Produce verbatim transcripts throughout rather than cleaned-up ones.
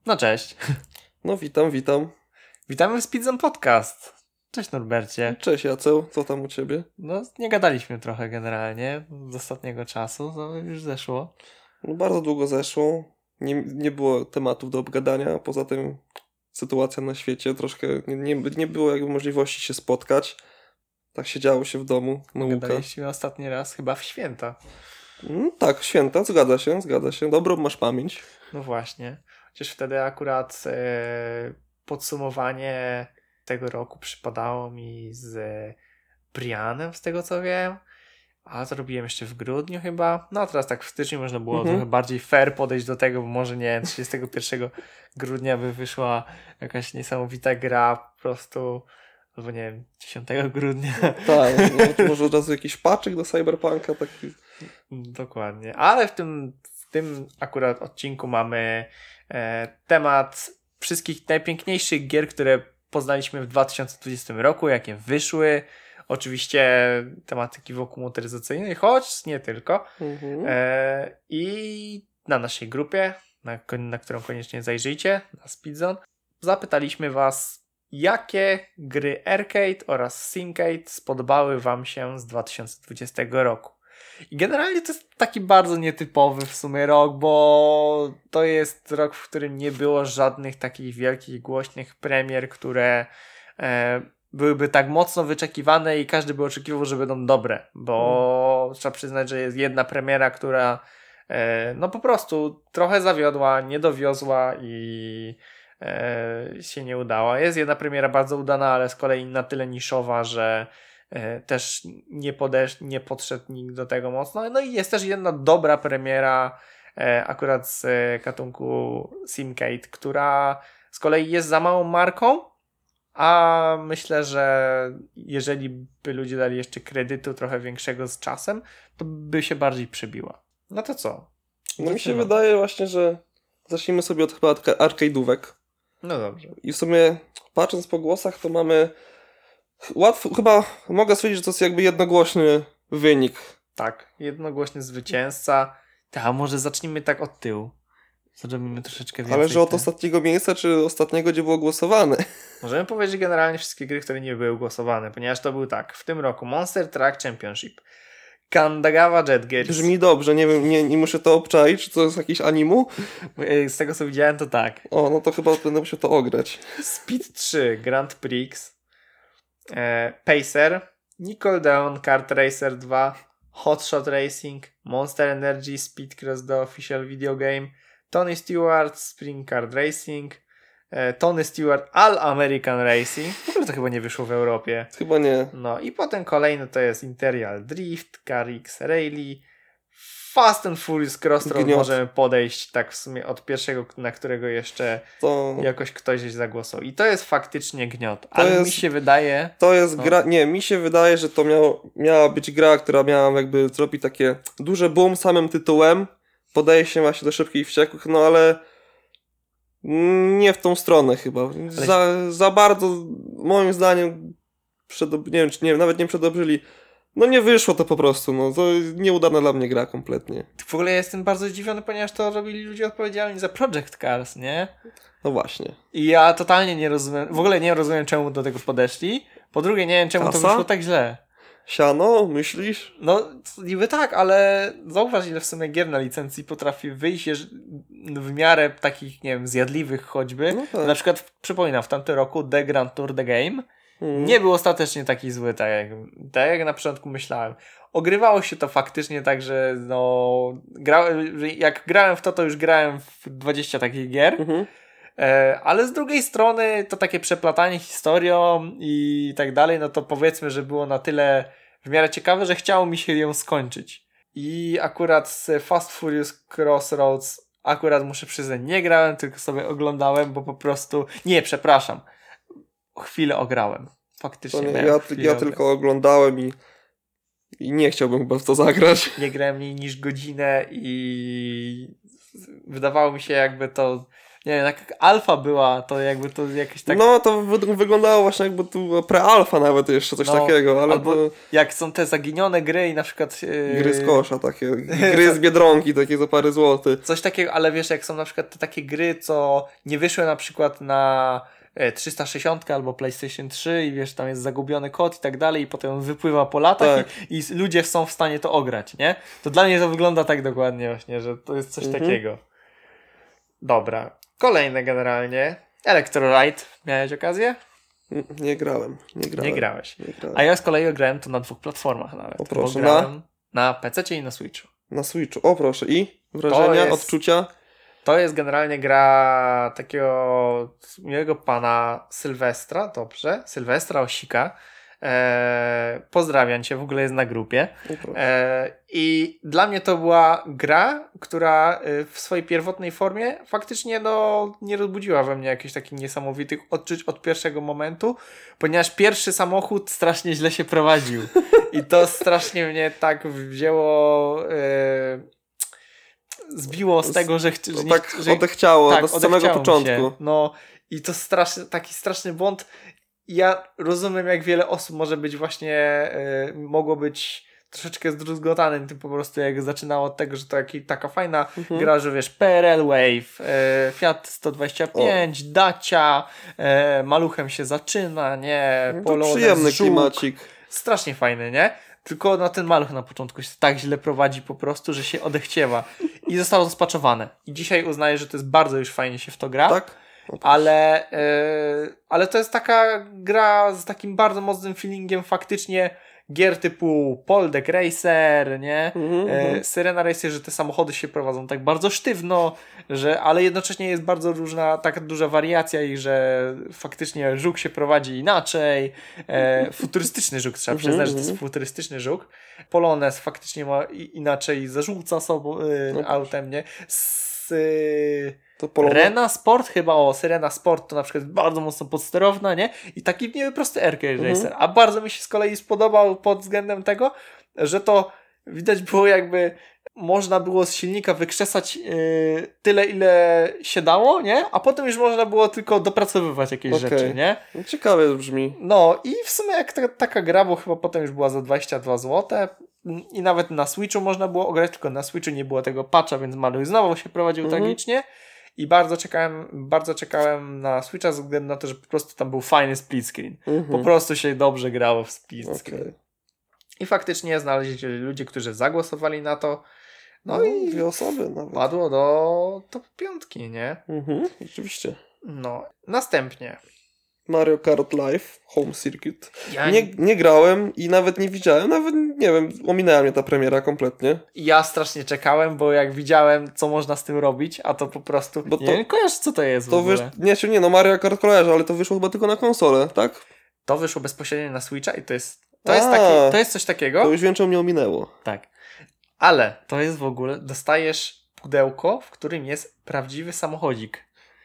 No cześć. No witam, witam. Witamy w Speedzone Podcast. Cześć Norbercie. Cześć Jaceł, co tam u ciebie? No nie gadaliśmy trochę generalnie z ostatniego czasu, to już zeszło. No bardzo długo zeszło, nie, nie było tematów do obgadania, poza tym sytuacja na świecie troszkę, nie, nie, nie było jakby możliwości się spotkać. Tak siedziało się w domu, nauka. Gadaliśmy ostatni raz chyba w święta. No, tak, święta, zgadza się, zgadza się. Dobrą masz pamięć. No właśnie. Chociaż wtedy akurat e, podsumowanie tego roku przypadało mi z Brianem, z tego co wiem. A to robiłem jeszcze w grudniu chyba. No a teraz tak w styczniu można było Mhm. trochę bardziej fair podejść do tego, bo może nie trzydziestego pierwszego grudnia by wyszła jakaś niesamowita gra po prostu, albo nie wiem, dziesiątego grudnia. Tak, no, może od razu jakiś paczek do Cyberpunka taki. Dokładnie. Ale w tym, w tym akurat odcinku mamy e, temat wszystkich najpiękniejszych gier, które poznaliśmy w dwa tysiące dwudziestym roku, jakie wyszły. Oczywiście tematyki wokół motoryzacyjnej, choć nie tylko. Mhm. E, I na naszej grupie, na, na którą koniecznie zajrzyjcie, na Speedzone, zapytaliśmy Was, jakie gry arcade oraz simcade spodobały Wam się z dwa tysiące dwudziestego roku. I generalnie to jest taki bardzo nietypowy w sumie rok, bo to jest rok, w którym nie było żadnych takich wielkich, głośnych premier, które e, byłyby tak mocno wyczekiwane i każdy by oczekiwał, że będą dobre, bo hmm. trzeba przyznać, że jest jedna premiera, która e, no po prostu trochę zawiodła, nie dowiozła i e, się nie udała. Jest jedna premiera bardzo udana, ale z kolei na tyle niszowa, że e, też nie, podesz, nie podszedł nikt do tego mocno. No i jest też jedna dobra premiera e, akurat z e, gatunku simcade, która z kolei jest za małą marką, a myślę, że jeżeli by ludzie dali jeszcze kredytu trochę większego z czasem, to by się bardziej przebiła. No to co? No mi się wydaje właśnie, że zacznijmy sobie od chyba arcade'ówek. No dobrze. I w sumie patrząc po głosach, to mamy łatwo, chyba mogę stwierdzić, że to jest jakby jednogłośny wynik. Tak, jednogłośny zwycięzca. A może zacznijmy tak od tyłu. Zrobimy troszeczkę więcej. Ale że od te... ostatniego miejsca, czy ostatniego, gdzie było głosowane? Możemy powiedzieć generalnie wszystkie gry, które nie były głosowane, ponieważ to był tak, w tym roku Monster Truck Championship, Kandagawa Jet Games. Brzmi dobrze, nie wiem, nie, nie muszę to obczaić, czy to jest jakiś animu? Z tego co widziałem to tak. O, no to chyba będę musiał to ograć. Speed trzy Grand Prix, e, Pacer, Nickelodeon Kart Racer dwa, Hot Shot Racing, Monster Energy Speed Cross The Official Video Game, Tony Stewart Spring Kart Racing, e, Tony Stewart All American Racing. W ogóle to chyba nie wyszło w Europie. Chyba nie. No i potem kolejny to jest Imperial Drift, Car X Rally, Fast and Furious Crossroad. Gniot. Możemy podejść tak w sumie od pierwszego, na którego jeszcze To... jakoś ktoś zagłosował. I to jest faktycznie gniot. Ale jest... mi się wydaje... To jest no. gra... Nie, mi się wydaje, że to miało... miała być gra, która miała jakby zrobić takie duże boom samym tytułem. Podejście właśnie do Szybkich i Wściekłych, no ale nie w tą stronę chyba. Ale... Za, za bardzo, moim zdaniem, przedob... nie wiem, czy nie wiem, nawet nie przedobrzyli. No nie wyszło to po prostu, no to nieudana dla mnie gra kompletnie. W ogóle jestem bardzo zdziwiony, ponieważ to robili ludzie odpowiedzialni za Project Cars, nie? No właśnie. I ja totalnie nie rozumiem, w ogóle nie rozumiem, czemu do tego podeszli. Po drugie, nie wiem, czemu Kasa? to wyszło tak źle. Siano, myślisz? No, niby tak, ale zauważ, ile w sumie gier na licencji potrafi wyjść w miarę takich, nie wiem, zjadliwych choćby. No tak. Na przykład, przypominam, w tamtym roku The Grand Tour The Game Hmm. nie był ostatecznie taki zły, tak jak, tak jak na początku myślałem. Ogrywało się to faktycznie tak, że no, gra, jak grałem w to, to już grałem w dwadzieścia takich gier. Mhm. E, ale z drugiej strony to takie przeplatanie historią i tak dalej, no to powiedzmy, że było na tyle w miarę ciekawe, że chciało mi się ją skończyć. I akurat z Fast Furious Crossroads akurat muszę przyznać, nie grałem, tylko sobie oglądałem, bo po prostu... Nie, przepraszam. Chwilę ograłem. Faktycznie. Nie, ja ja tylko oglądałem i, i nie chciałbym chyba w to zagrać. Nie grałem mniej niż godzinę i wydawało mi się, jakby to nie wiem, jak alfa była, to jakby to jakieś tak... No, to wy- wyglądało właśnie jakby tu pre-alfa nawet jeszcze, coś No, takiego, ale albo to... jak są te zaginione gry i na przykład... Yy... Gry z kosza takie, gry z Biedronki takie za parę złotych. Coś takiego, ale wiesz, jak są na przykład te takie gry, co nie wyszły na przykład na trzysta sześćdziesiąt albo PlayStation trzy i wiesz, tam jest zagubiony kod i tak dalej i potem wypływa po latach Tak. i, i ludzie są w stanie to ograć, nie? To dla mnie to wygląda tak dokładnie właśnie, że to jest coś Mhm. takiego. Dobra. Kolejne generalnie. Electrolite. Miałeś okazję? N- Nie grałem, nie grałem. Nie grałeś. Nie grałem. A ja z kolei grałem to na dwóch platformach nawet. O proszę, bo grałem na pececie i na Switchu. Na Switchu, o proszę, i? Wrażenia, jest- odczucia? To jest generalnie gra takiego miłego pana Sylwestra, dobrze? Sylwestra Osika. Eee, pozdrawiam cię, w ogóle jest na grupie. O proszę. Eee, I dla mnie to była gra, która y, w swojej pierwotnej formie faktycznie no, nie rozbudziła we mnie jakichś takich niesamowitych odczuć od pierwszego momentu, ponieważ pierwszy samochód strasznie źle się prowadził. I to strasznie mnie tak wzięło... Y, zbiło z tego, że, ch- że, No nie, tak że odechciało, tak, no, z samego odechciało mi początku. się. No i to straszny, taki straszny błąd. Ja rozumiem, jak wiele osób może być właśnie, y, mogło być troszeczkę zdruzgotanym tym po prostu, jak zaczynało od tego, że to jaki, taka fajna Mhm. gra, że wiesz, P R L Wave, y, Fiat sto dwadzieścia pięć, Dacia, y, maluchem się zaczyna, nie, No to Polones, przyjemny Żuk. klimacik. Strasznie fajny, nie? Tylko na ten maluch na początku się tak źle prowadzi po prostu, że się odechciewa. I zostało to spaczowane. I dzisiaj uznaję, że to jest bardzo już fajnie się w to gra. Tak? O proszę. Ale, yy, ale to jest taka gra z takim bardzo mocnym feelingiem faktycznie gier typu Poldek Racer, nie? Mhm, E, mhm. Syrena Racer, że te samochody się prowadzą tak bardzo sztywno, że, ale jednocześnie jest bardzo różna, taka duża wariacja i że faktycznie żuk się prowadzi inaczej. E, futurystyczny żuk, trzeba Mhm, przyznać, że to jest mhm. futurystyczny żuk. Polones faktycznie ma i- inaczej zarzuca sobą e, No autem, nie? S, e, To Polona... Rena Sport chyba, o, Syrena Sport to na przykład jest bardzo mocno podsterowna, nie? I taki nie prosty arcade Mhm. racer. A bardzo mi się z kolei spodobał pod względem tego, że to widać było jakby można było z silnika wykrzesać yy, tyle, ile się dało, nie? A potem już można było tylko dopracowywać jakieś Okej. rzeczy, nie? No, ciekawie brzmi. No i w sumie jak ta, taka gra, bo chyba potem już była za dwadzieścia dwa złote i nawet na Switchu można było ograć, tylko na Switchu nie było tego patcha, więc maluch znowu się prowadził Mhm. tragicznie. I bardzo czekałem, bardzo czekałem na Switcha ze względu na to, że po prostu tam był fajny split screen. Mhm. Po prostu się dobrze grało w split screen. Okej. I faktycznie znaleźli się ludzie, którzy zagłosowali na to. No, No i dwie osoby nawet. padło do top piątki, nie? Mhm, rzeczywiście. No. Następnie. Mario Kart Live, Home Circuit. Ja, Nie, nie grałem i nawet nie widziałem, nawet nie wiem, ominęła mnie ta premiera kompletnie. ja strasznie czekałem, bo jak widziałem, co można z tym robić, a to po prostu... Bo nie to- wiem, kojarz, co to jest w To ogóle. wiesz, nie, czy nie, no Mario Kart kojarzę, ale to wyszło chyba tylko na konsolę, tak? To wyszło bezpośrednio na Switcha i to jest... To A. jest, taki, to jest coś takiego... To już wiem, czemu mnie ominęło. Tak. Ale to jest w ogóle, dostajesz pudełko, w którym jest prawdziwy samochodzik.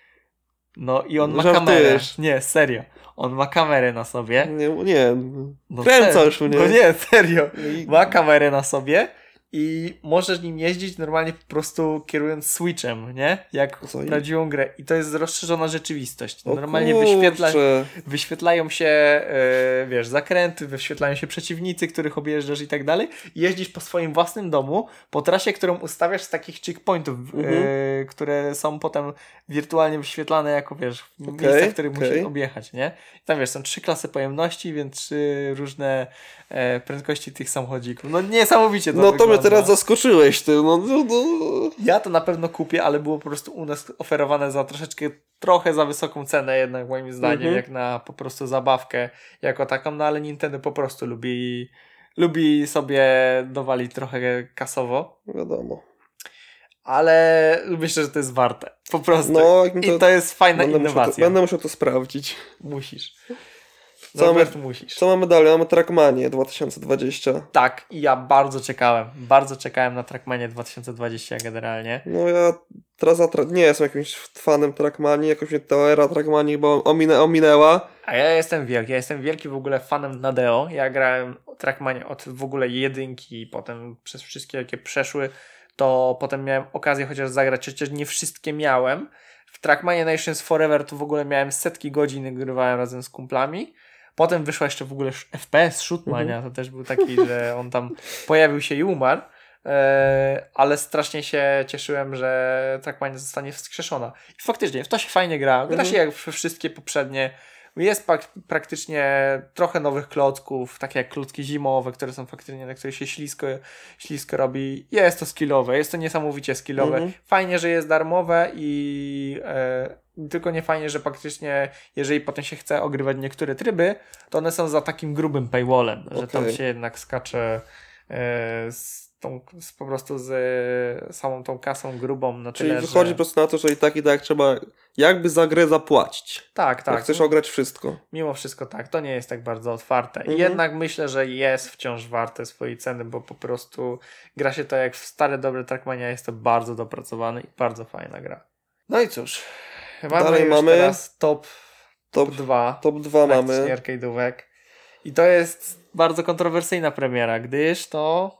No i on ma kamerę. Żartujesz. Nie, serio. On ma kamerę na sobie. Nie, nie. No Kręcasz serio. mnie. No nie, serio. I- Ma kamerę na sobie i możesz nim jeździć normalnie po prostu kierując switchem, nie? Jak Co i- prawdziwą grę. I to jest rozszerzona rzeczywistość. O Normalnie kurczę. wyświetla, wyświetlają się, e, wiesz, zakręty, wyświetlają się przeciwnicy, których objeżdżasz i tak dalej. I jeździsz po swoim własnym domu, po trasie, którą ustawiasz z takich checkpointów, Mhm. e, które są potem wirtualnie wyświetlane jako, wiesz, Okej, miejsca, w których okej. musisz objechać, nie? I tam, wiesz, są trzy klasy pojemności, więc trzy różne e, prędkości tych samochodzików. No niesamowicie to No to mnie wygląda. teraz zaskoczyłeś, ty. No, no, no. Ja to na pewno kupię, ale było po prostu u nas oferowane za troszeczkę, trochę za wysoką cenę jednak moim zdaniem, Mhm. jak na po prostu zabawkę jako taką, no ale Nintendo po prostu lubi, lubi sobie dowalić trochę kasowo, Wiadomo. ale myślę, że to jest warte. Po prostu. No, jak mi I to jest fajna będę musiał to, innowacja. będę musiał to sprawdzić. Musisz. Co Robert, mamy- musisz. Co mamy dalej? Mamy Trackmanię dwa tysiące dwadzieścia. Tak, i ja bardzo czekałem. Bardzo czekałem na Trackmanie dwa tysiące dwadzieścia generalnie. No ja teraz za tra- nie jestem jakimś fanem Trackmanii, jakoś mnie ta era Trackmanii chyba ominę, ominęła. A ja jestem wielki. Ja jestem wielki w ogóle fanem Nadeo. Ja grałem Trackmanie od w ogóle jedynki i potem przez wszystkie jakie przeszły, to potem miałem okazję chociaż zagrać, chociaż nie wszystkie miałem. w Trackmania Nations Forever to w ogóle miałem setki godzin, grywałem razem z kumplami. Potem wyszła jeszcze w ogóle F P S Shootmania, mhm. to też był taki, że on tam pojawił się i umarł, e, ale strasznie się cieszyłem, że Trackmania zostanie wskrzeszona. I faktycznie, w to się fajnie gra, gra mhm. się jak we wszystkie poprzednie. Jest pak- praktycznie trochę nowych klocków, takie jak klocki zimowe, które są faktycznie, na które się ślisko, ślisko robi. Jest to skillowe, jest to niesamowicie skillowe. Mhm. Fajnie, że jest darmowe i e, tylko nie fajnie, że faktycznie, jeżeli potem się chce ogrywać niektóre tryby, to one są za takim grubym paywallem, okay. że tam się jednak skacze e, z tą, z, po prostu z e, samą tą kasą grubą na Czyli tyle, wychodzi że... po prostu na to, że i tak i tak trzeba jakby za grę zapłacić. Tak, tak. Jak chcesz ograć wszystko. Mimo wszystko tak, to nie jest tak bardzo otwarte. Mhm. Jednak myślę, że jest wciąż warte swojej ceny, bo po prostu gra się to jak w stare dobre Trackmania, jest to bardzo dopracowany i bardzo fajna gra. No i cóż, mamy Dalej już mamy teraz top, top, top dwa. Top dwa mamy. Arcade'ówek. I to jest bardzo kontrowersyjna premiera, gdyż to...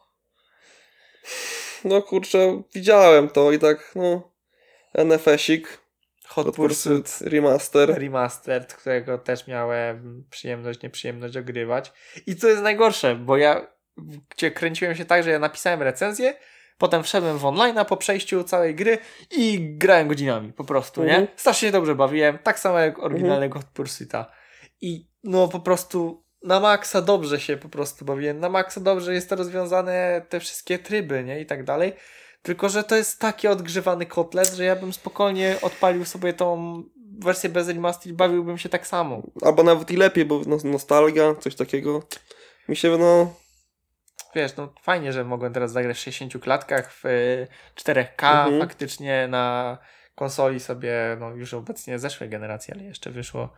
No kurczę, widziałem to i tak, no... N F S-ik. Hot, Hot Pursuit, Pursuit Remaster. Remastered, którego też miałem przyjemność, nieprzyjemność ogrywać. I co jest najgorsze, bo ja gdzie kręciłem się tak, że ja napisałem recenzję, potem wszedłem w online'a po przejściu całej gry i grałem godzinami po prostu, mhm. nie? Strasznie dobrze bawiłem, tak samo jak oryginalnego mhm. Hot Pursuita. I no po prostu na maksa dobrze się po prostu bawiłem, na maksa dobrze jest to rozwiązane, te wszystkie tryby, nie? I tak dalej. Tylko, że to jest taki odgrzewany kotlet, że ja bym spokojnie odpalił sobie tą wersję bez remaster i bawiłbym się tak samo. Albo nawet i lepiej, bo no, nostalgia, coś takiego. Mi się, no... Wiesz, no fajnie, że mogłem teraz zagrać w sześćdziesięciu klatkach, w cztery K mhm. faktycznie na konsoli sobie, no już obecnie zeszłej generacji, ale jeszcze wyszło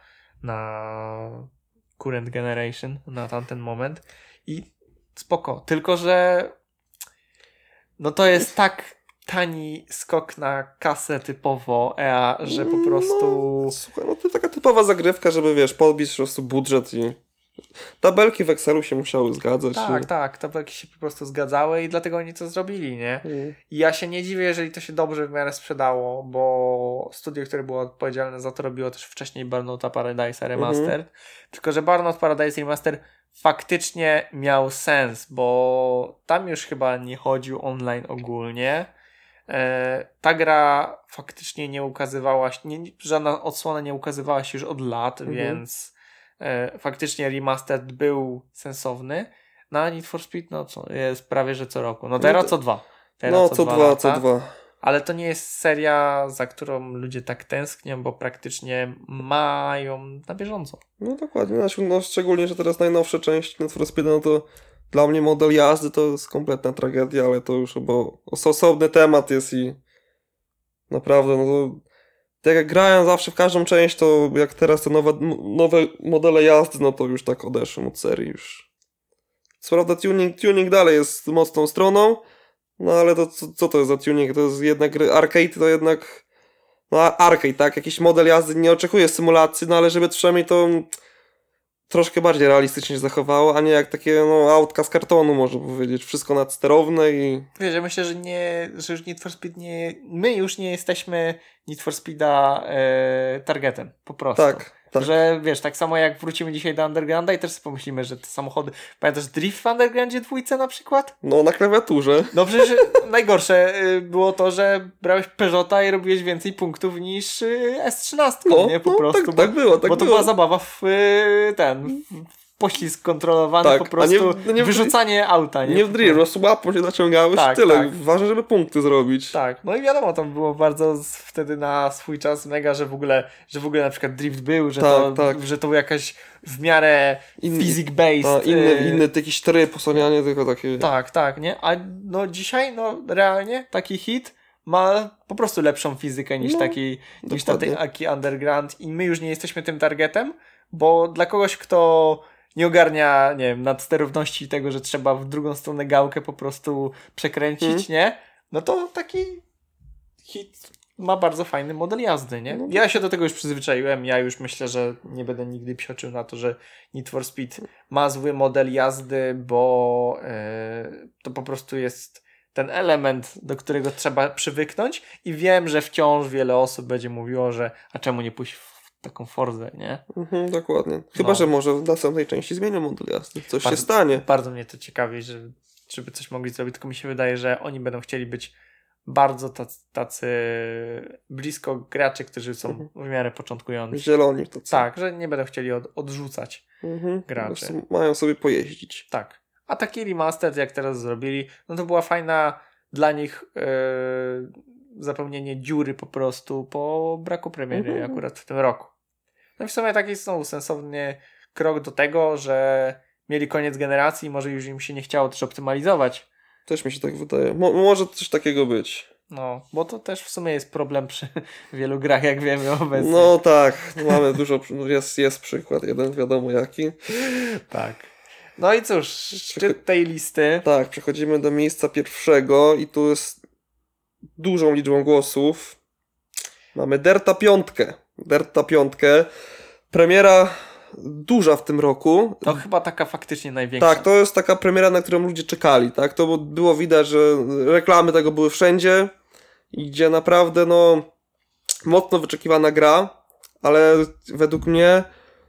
na current generation, na tamten moment i spoko. Tylko, że no to jest tak tani skok na kasę typowo E A, że po prostu... No, słuchaj, no to taka typowa zagrywka, żeby wiesz, podbić po prostu budżet i tabelki w Excelu się musiały zgadzać. Tak, i... tak, tabelki się po prostu zgadzały i dlatego oni to zrobili, nie? Mm. I ja się nie dziwię, jeżeli to się dobrze w miarę sprzedało, bo studio, które było odpowiedzialne za to, robiło też wcześniej Burnout Paradise Remastered, mm. tylko że Burnout Paradise Remastered faktycznie miał sens, bo tam już chyba nie chodził online ogólnie. E, ta gra faktycznie nie ukazywała się, nie, żadna odsłona nie ukazywała się już od lat, mhm. więc e, faktycznie remastered był sensowny. Na Need for Speed, no co, jest prawie że co roku. No teraz no to, co dwa. Teraz no co, co dwa, dwa co dwa. Ale to nie jest seria, za którą ludzie tak tęsknią, bo praktycznie mają na bieżąco. No dokładnie, no, szczególnie, że teraz najnowsze części Need for Speed, no to dla mnie model jazdy to jest kompletna tragedia, ale to już bo osobny temat jest i naprawdę, no to tak jak grałem zawsze w każdą część, to jak teraz te nowe, nowe modele jazdy, no to już tak odeszłem od serii już. Co prawda tuning, tuning dalej jest mocną stroną, no ale to co, co to jest za tuning? To jest jednak arcade, to jednak no arcade, tak? Jakiś model jazdy nie oczekuje symulacji, no ale żeby przynajmniej to troszkę bardziej realistycznie się zachowało, a nie jak takie no autka z kartonu, można powiedzieć. Wszystko nadsterowne i... Wiesz, ja myślę, że nie, że już Need for Speed nie... My już nie jesteśmy Need for Speeda e, targetem, po prostu. Tak. Tak. Że wiesz, tak samo jak wrócimy dzisiaj do Undergrounda i też sobie pomyślimy, że te samochody... Pamiętasz Drift w Undergroundzie dwójce na przykład? No, na klawiaturze. No przecież najgorsze było to, że brałeś Peugeota i robiłeś więcej punktów niż S trzynaście, no, nie? Po no, prostu. Tak, bo, tak było, tak Bo to było. była zabawa w ten... W poślizg kontrolowany, tak, po prostu nie, nie wyrzucanie w, auta. Nie, nie w drill, po prostu łapą się naciągałeś tak, tyle. Tak. Ważne, żeby punkty zrobić. Tak, no i wiadomo, to było bardzo wtedy na swój czas mega, że w ogóle, że w ogóle na przykład drift był, że, tak, to, tak. że to był jakaś w miarę inny, physics-based. Inny, y- inny jakieś cztery posłanianie, tylko takie... Tak, tak, nie? A no dzisiaj, no realnie taki hit ma po prostu lepszą fizykę niż no, taki, niż taki underground i my już nie jesteśmy tym targetem, bo dla kogoś, kto nie ogarnia, nie wiem, nadsterowności tego, że trzeba w drugą stronę gałkę po prostu przekręcić, hmm. nie? No to taki hit ma bardzo fajny model jazdy, nie? No. Ja się do tego już przyzwyczaiłem, ja już myślę, że nie będę nigdy psioczył na to, że Need for Speed ma zły model jazdy, bo yy, to po prostu jest ten element, do którego trzeba przywyknąć i wiem, że wciąż wiele osób będzie mówiło, że a czemu nie pójść w taką Forzę, nie? Mhm, dokładnie. Chyba, No. że może w następnej części zmienią model jazdy. Coś bardzo, się stanie. Bardzo mnie to ciekawi, że, żeby coś mogli zrobić, tylko mi się wydaje, że oni będą chcieli być bardzo tacy, tacy blisko graczy, którzy są mhm. w miarę początkujący. Zieloni to co? Tak, że nie będą chcieli od, odrzucać mhm. graczy. Mają sobie pojeździć. Tak. A taki remaster, jak teraz zrobili, no to była fajna dla nich yy, zapełnienie dziury po prostu po braku premiery mhm. akurat w tym roku. No i w sumie taki znowu sensowny krok do tego, że mieli koniec generacji i może już im się nie chciało też optymalizować. Też mi się tak wydaje. Mo- może coś takiego być. No, bo to też w sumie jest problem przy wielu grach, jak wiemy obecnie. No tak, mamy dużo, jest, jest przykład, jeden wiadomo jaki. Tak. No i cóż, szczyt tej listy. Tak, przechodzimy do miejsca pierwszego i tu jest dużą liczbą głosów. Mamy Derta piątkę. Derta piątkę. Premiera duża w tym roku. To chyba taka faktycznie największa. Tak, to jest taka premiera, na którą ludzie czekali, tak? To było widać, że reklamy tego były wszędzie i gdzie naprawdę, no, mocno wyczekiwana gra, ale według mnie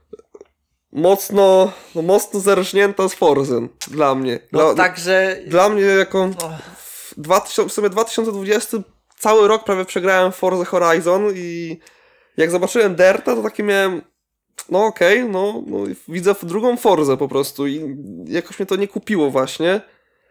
mocno, no, mocno zerżnięta z Forzą dla mnie. Dla, No także... Dla mnie jako Oh. w, dwa tysiące, w sumie dwa tysiące dwudziesty cały rok prawie przegrałem w Forza Horizon i jak zobaczyłem Derta, to taki miałem no okej, okay, no, no widzę drugą Forzę po prostu i jakoś mnie to nie kupiło właśnie.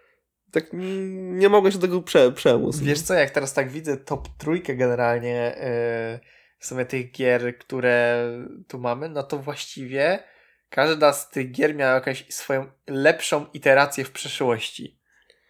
Tak nie mogę się do tego prze, przemóc. Wiesz co, jak teraz tak widzę top trójkę generalnie yy, w sumie tych gier, które tu mamy, no to właściwie każda z tych gier miała jakąś swoją lepszą iterację w przeszłości.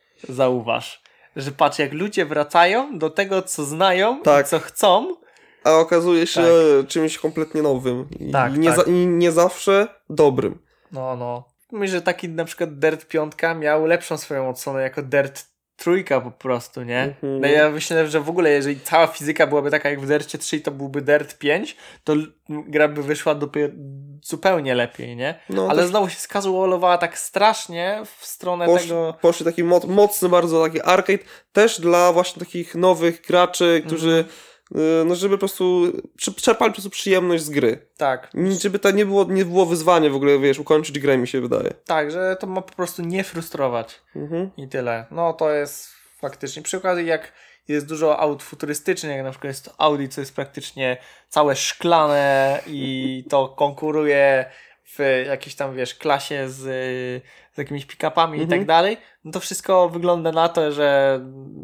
Zauważ, że patrz, jak ludzie wracają do tego, co znają, tak. co chcą, a okazuje się tak. czymś kompletnie nowym i, tak, nie, tak. Za, i nie zawsze dobrym. No, no. Myślę, że taki na przykład Dirt pięć miał lepszą swoją odsłonę jako Dirt trójka po prostu, nie? Mhm. No ja myślę, że w ogóle jeżeli cała fizyka byłaby taka jak w Dircie trzy i to byłby Dirt pięć, to gra by wyszła dopiero zupełnie lepiej, nie? No, ale też... znowu się skazualowała tak strasznie w stronę Posz, tego... Poszli taki mo- mocny bardzo taki arcade, też dla właśnie takich nowych graczy, którzy Mhm. no żeby po prostu czerpali po prostu przyjemność z gry. Tak. Żeby to nie było, nie było wyzwanie w ogóle, wiesz, ukończyć grę, mi się wydaje. Tak, że to ma po prostu nie frustrować. Mhm. I tyle. No to jest faktycznie przykład, jak jest dużo aut futurystycznych, jak na przykład jest to Audi, co jest praktycznie całe szklane i to konkuruje w jakiejś tam, wiesz, klasie z, z jakimiś pick-upami mhm. i tak dalej. No to wszystko wygląda na to, że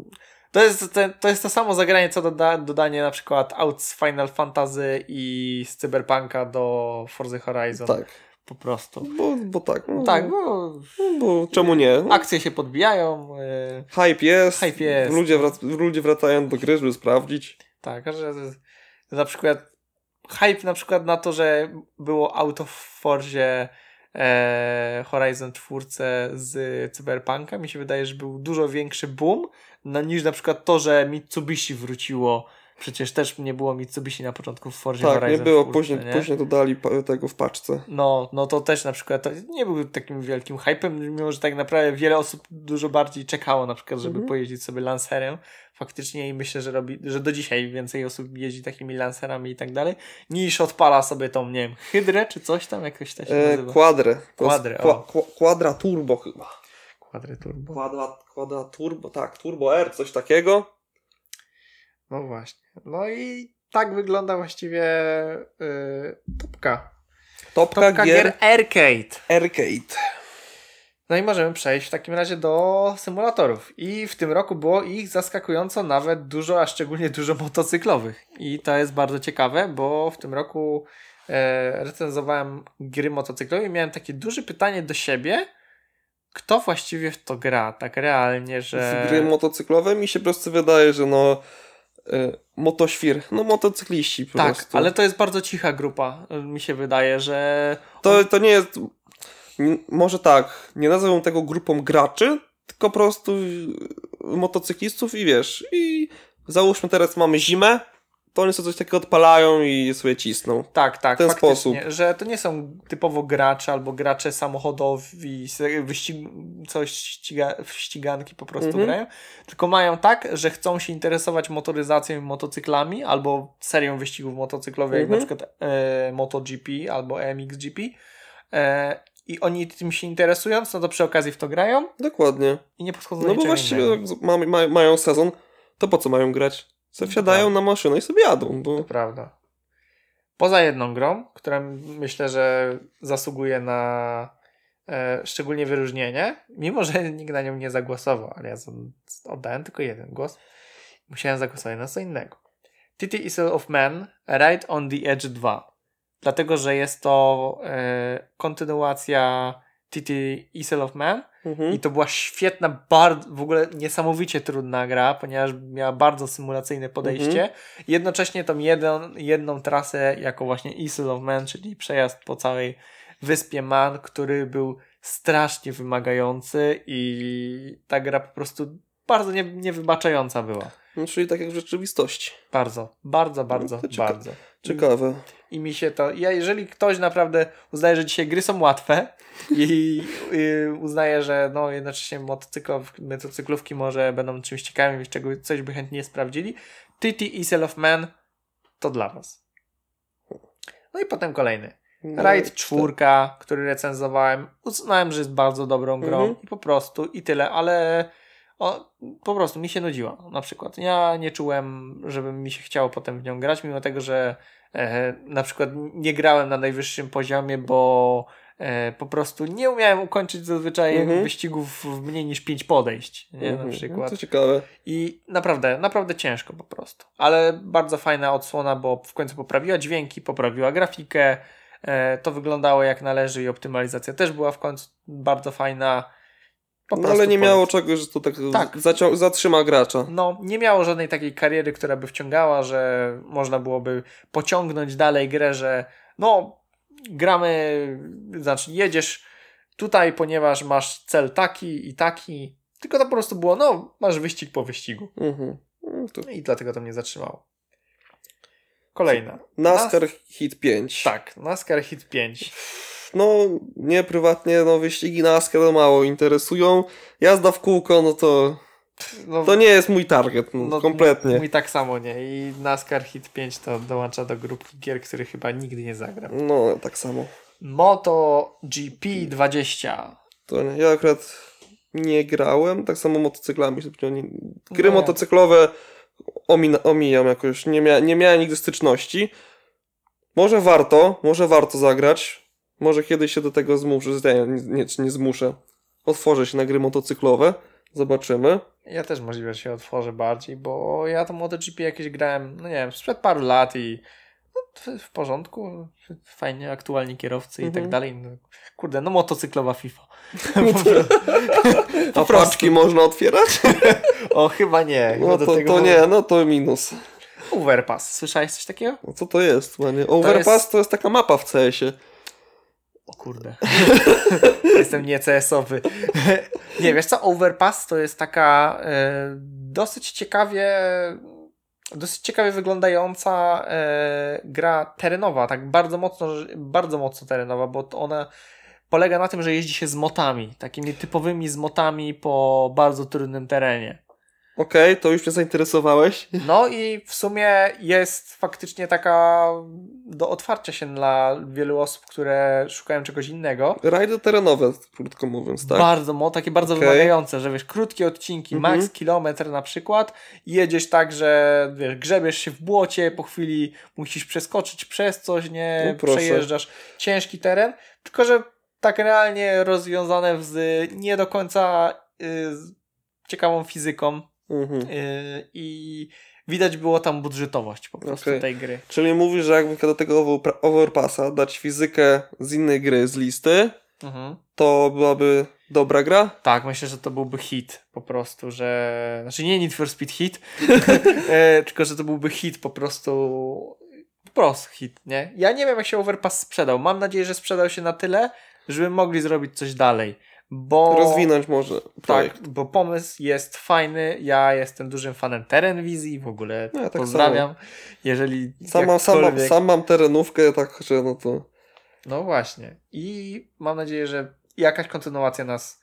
To jest, te, to jest to samo zagranie, co doda, dodanie na przykład aut z Final Fantasy i z Cyberpunka do Forza Horizon. Tak. Po prostu. Bo, bo tak. No, tak, bo, bo czemu nie? Akcje się podbijają. Yy, hype jest. Hype jest. Ludzie, wrac- ludzie wracają do gry, żeby sprawdzić. Tak, że na przykład hype na przykład na to, że było auto w Forzie e, Horizon cztery z Cyberpunka, mi się wydaje, że był dużo większy boom no, niż na przykład to, że Mitsubishi wróciło. Przecież też nie było Mitsubishi na początku w Forzie tak, Horizon nie było, cztery, później, nie? później dodali pa- tego w paczce. No, no to też na przykład to nie był takim wielkim hypem, mimo że tak naprawdę wiele osób dużo bardziej czekało na przykład, żeby mhm. pojeździć sobie Lancerem faktycznie i myślę, że robi, że do dzisiaj więcej osób jeździ takimi Lancerami i tak dalej, niż odpala sobie tą, nie wiem, Hydrę czy coś tam, jakoś to się E, nazywa. Quadrę. Quadrę, Qua- Qua- Quadra Turbo chyba. Quadry Turbo. Quadra, Quadra Turbo, tak, Turbo R, coś takiego. No właśnie. No i tak wygląda właściwie yy, topka. Topka, Topka gier, gier arcade. arcade. No i możemy przejść w takim razie do symulatorów. I w tym roku było ich zaskakująco nawet dużo, a szczególnie dużo motocyklowych. I to jest bardzo ciekawe, bo w tym roku e, recenzowałem gry motocyklowe i miałem takie duże pytanie do siebie, kto właściwie w to gra, tak realnie, że... W gry motocyklowe mi się po prostu wydaje, że no y, motoświr, no motocykliści po tak, prostu. ale to jest bardzo cicha grupa, mi się wydaje, że... To, to nie jest... Może tak, nie nazywam tego grupą graczy, tylko po prostu motocyklistów i wiesz, i załóżmy teraz mamy zimę, to oni sobie coś takiego odpalają i sobie cisną. Tak, tak, w ten faktycznie, sposób. że to nie są typowo gracze albo gracze samochodowi, wyścig, coś ściga, w ściganki po prostu Mhm. grają, tylko mają tak, że chcą się interesować motoryzacją i motocyklami albo serią wyścigów motocyklowych, Mhm. jak na przykład e, MotoGP albo E M X G P e, i oni tym się interesując, no to przy okazji w to grają Dokładnie. i nie podchodzą No do bo niczego właściwie innego. jak ma, ma, mają sezon, to po co mają grać? Se wsiadają na maszynę i sobie jadą. Bo... To prawda. Poza jedną grą, która myślę, że zasługuje na e, szczególnie wyróżnienie, mimo że nikt na nią nie zagłosował, ale ja z- oddałem tylko jeden głos, musiałem zagłosować na co innego. Titty Isle of Man Ride on the Edge dwa. Dlatego, że jest to e, kontynuacja Titty Isle of Man Mhm. i to była świetna, bardzo, w ogóle niesamowicie trudna gra, ponieważ miała bardzo symulacyjne podejście. Mhm. Jednocześnie tą jedną, jedną trasę jako właśnie Isle of Man, czyli przejazd po całej wyspie Man, który był strasznie wymagający i ta gra po prostu bardzo nie, niewybaczająca była. No, czyli tak jak w rzeczywistości. Bardzo, bardzo, bardzo, No to cieka- bardzo. Ciekawe. I mi się to... Ja, jeżeli ktoś naprawdę uznaje, że dzisiaj gry są łatwe i, i uznaje, że no jednocześnie motocyklow, motocyklówki może będą czymś ciekawym i czego coś by chętnie sprawdzili, Titty Isle of Man to dla was. No i potem kolejny. No, Raid czwórka, który recenzowałem. Uznałem, że jest bardzo dobrą grą Mhm. i po prostu i tyle, ale o, po prostu mi się nudziła na przykład. Ja nie czułem, żeby mi się chciało potem w nią grać, mimo tego, że e, na przykład nie grałem na najwyższym poziomie, bo e, po prostu nie umiałem ukończyć zazwyczaj Mhm. wyścigów w mniej niż pięć podejść, nie, Mhm. na przykład. No, to ciekawe. I naprawdę, naprawdę ciężko po prostu. Ale bardzo fajna odsłona, bo w końcu poprawiła dźwięki, poprawiła grafikę, e, to wyglądało jak należy i optymalizacja też była w końcu bardzo fajna. Po No prostu ale nie polecam. miało czegoś, że to tak, Tak. zacią- zatrzyma gracza. No, nie miało żadnej takiej kariery, która by wciągała, że można byłoby pociągnąć dalej grę, że no, gramy, znaczy jedziesz tutaj, ponieważ masz cel taki i taki, tylko to po prostu było, no, masz wyścig po wyścigu. Mhm. No to... I dlatego to mnie zatrzymało. Kolejna. NASCAR Nas- Hit pięć. Tak, NASCAR Hit pięć. No, mnie prywatnie, no wyścigi NASCAR mało interesują. Jazda w kółko, no to No, to nie jest mój target, no, no, kompletnie. Mój tak samo nie. I NASCAR Hit pięć to dołącza do grupki gier, który chyba nigdy nie zagram. No, tak samo. MotoGP dwadzieścia. To nie. Ja akurat nie grałem, tak samo motocyklami. Nie, gry No. motocyklowe omina, omijam jakoś, nie, mia, nie miałem nigdy styczności. Może warto, może warto zagrać. Może kiedyś się do tego zmuszę, nie, nie, nie zmuszę. Otworzę się na gry motocyklowe, zobaczymy. Ja też możliwe, że się otworzę bardziej, bo ja to MotoGP jakieś grałem, no nie wiem, sprzed paru lat i no, w- w porządku, fajnie, aktualni kierowcy i Mhm. tak dalej. No, kurde, no motocyklowa FIFA. A paczki można otwierać? O, chyba nie. No Chyba do to, tego to nie, no to minus. Overpass. Słyszałeś coś takiego? No co to jest, panie? Overpass to jest... to jest taka mapa w C S-ie. O kurde. Jestem nie C S-owy. Nie, wiesz co? Overpass to jest taka e, dosyć ciekawie dosyć ciekawie wyglądająca e, gra terenowa, tak bardzo mocno, bardzo mocno terenowa, bo to ona polega na tym, że jeździ się z motami, takimi typowymi z motami po bardzo trudnym terenie. Okej, okay, to już mnie zainteresowałeś. No i w sumie jest faktycznie taka do otwarcia się dla wielu osób, które szukają czegoś innego. Rajdy terenowe, krótko mówiąc, tak? Bardzo, mo, takie bardzo Okay. wymagające, że wiesz, krótkie odcinki, Mhm. max kilometr na przykład, i jedziesz tak, że wiesz, grzebiesz się w błocie, po chwili musisz przeskoczyć przez coś, nie, No proszę. przejeżdżasz ciężki teren, tylko że tak realnie rozwiązane z nie do końca y, z ciekawą fizyką. Mhm. Yy, i widać było tam budżetowość po prostu Okay. tej gry. Czyli mówisz, że jakby do tego over- overpassa dać fizykę z innej gry, z listy, Mhm. to byłaby dobra gra? Tak, myślę, że to byłby hit po prostu, że... Znaczy nie Need for Speed hit, e, tylko że to byłby hit po prostu... Po prostu hit, nie? Ja nie wiem, jak się Overpass sprzedał. Mam nadzieję, że sprzedał się na tyle, żeby mogli zrobić coś dalej. bo... Rozwinąć może projekt. Tak, bo pomysł jest fajny, ja jestem dużym fanem Terenwizji, w ogóle no, ja tak pozdrawiam, samo. jeżeli sam, mam, sam, mam, sam mam terenówkę, także no to... No właśnie i mam nadzieję, że jakaś kontynuacja nas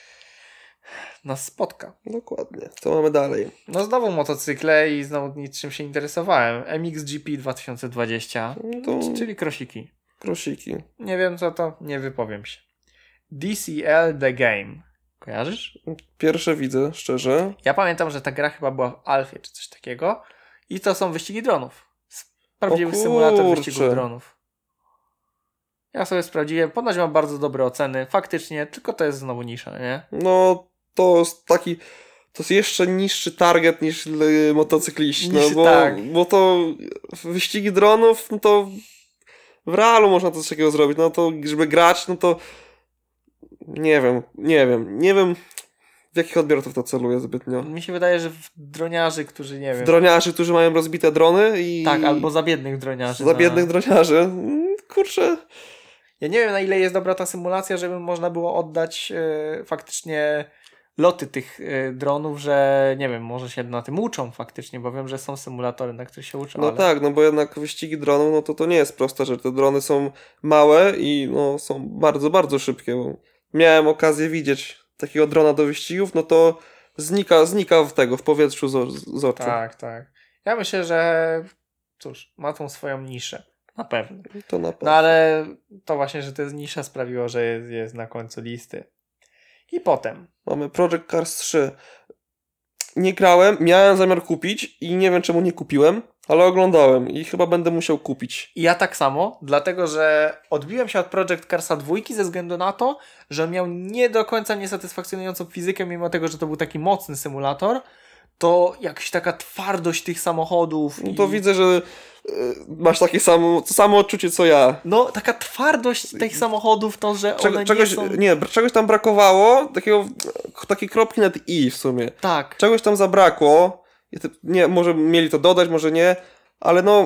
nas spotka. Dokładnie. Co mamy dalej? No znowu motocykle i znowu niczym się interesowałem. M X G P dwa tysiące dwadzieścia, to... czyli krosiki. Krosiki. Nie wiem co to, nie wypowiem się. D C L The Game. Kojarzysz? Pierwsze widzę, szczerze. Ja pamiętam, że ta gra chyba była w alfie czy coś takiego i to są wyścigi dronów. Prawdziwy symulator wyścigów dronów. Ja sobie sprawdziłem, ponoć mam bardzo dobre oceny. Faktycznie, tylko to jest znowu nisza, nie? No, to jest taki... To jest jeszcze niższy target niż y, motocykliści. No, Niż, bo, tak. bo to wyścigi dronów, no to w realu można coś takiego zrobić. No to, żeby grać, no to nie wiem, nie wiem, nie wiem w jakich odbiorców to celuje zbytnio. Mi się wydaje, że w droniarzy, którzy nie wiem... W droniarzy, którzy mają rozbite drony i... Tak, albo za biednych droniarzy. Za biednych no. droniarzy. Kurczę... Ja nie wiem, na ile jest dobra ta symulacja, żeby można było oddać e, faktycznie loty tych e, dronów, że nie wiem, może się na tym uczą faktycznie, bo wiem, że są symulatory, na których się uczą. No ale... tak, no bo jednak wyścigi dronów, no to to nie jest prosta rzecz. Te drony są małe i no są bardzo, bardzo szybkie. Bo miałem okazję widzieć takiego drona do wyścigów, no to znika, znika w tego, w powietrzu z, z oczu. Tak, tak. Ja myślę, że cóż, ma tą swoją niszę. Na pewno. To na pewno. No ale to właśnie, że to jest nisza sprawiło, że jest, jest na końcu listy. I potem. Mamy Project Cars trzy. Nie grałem, miałem zamiar kupić i nie wiem czemu nie kupiłem, ale oglądałem i chyba będę musiał kupić. I ja tak samo, dlatego że odbiłem się od Project Carsa dwa ze względu na to, że on miał nie do końca niesatysfakcjonującą fizykę, mimo tego, że to był taki mocny symulator, to jakaś taka twardość tych samochodów. No i... to widzę, że y, masz takie samo, to samo odczucie co ja. No, taka twardość tych samochodów, to, że Czego, one czegoś, nie są... Nie, czegoś tam brakowało, takiego, takiej kropki nad i w sumie. Tak. Czegoś tam zabrakło. Nie, może mieli to dodać, może nie, ale no...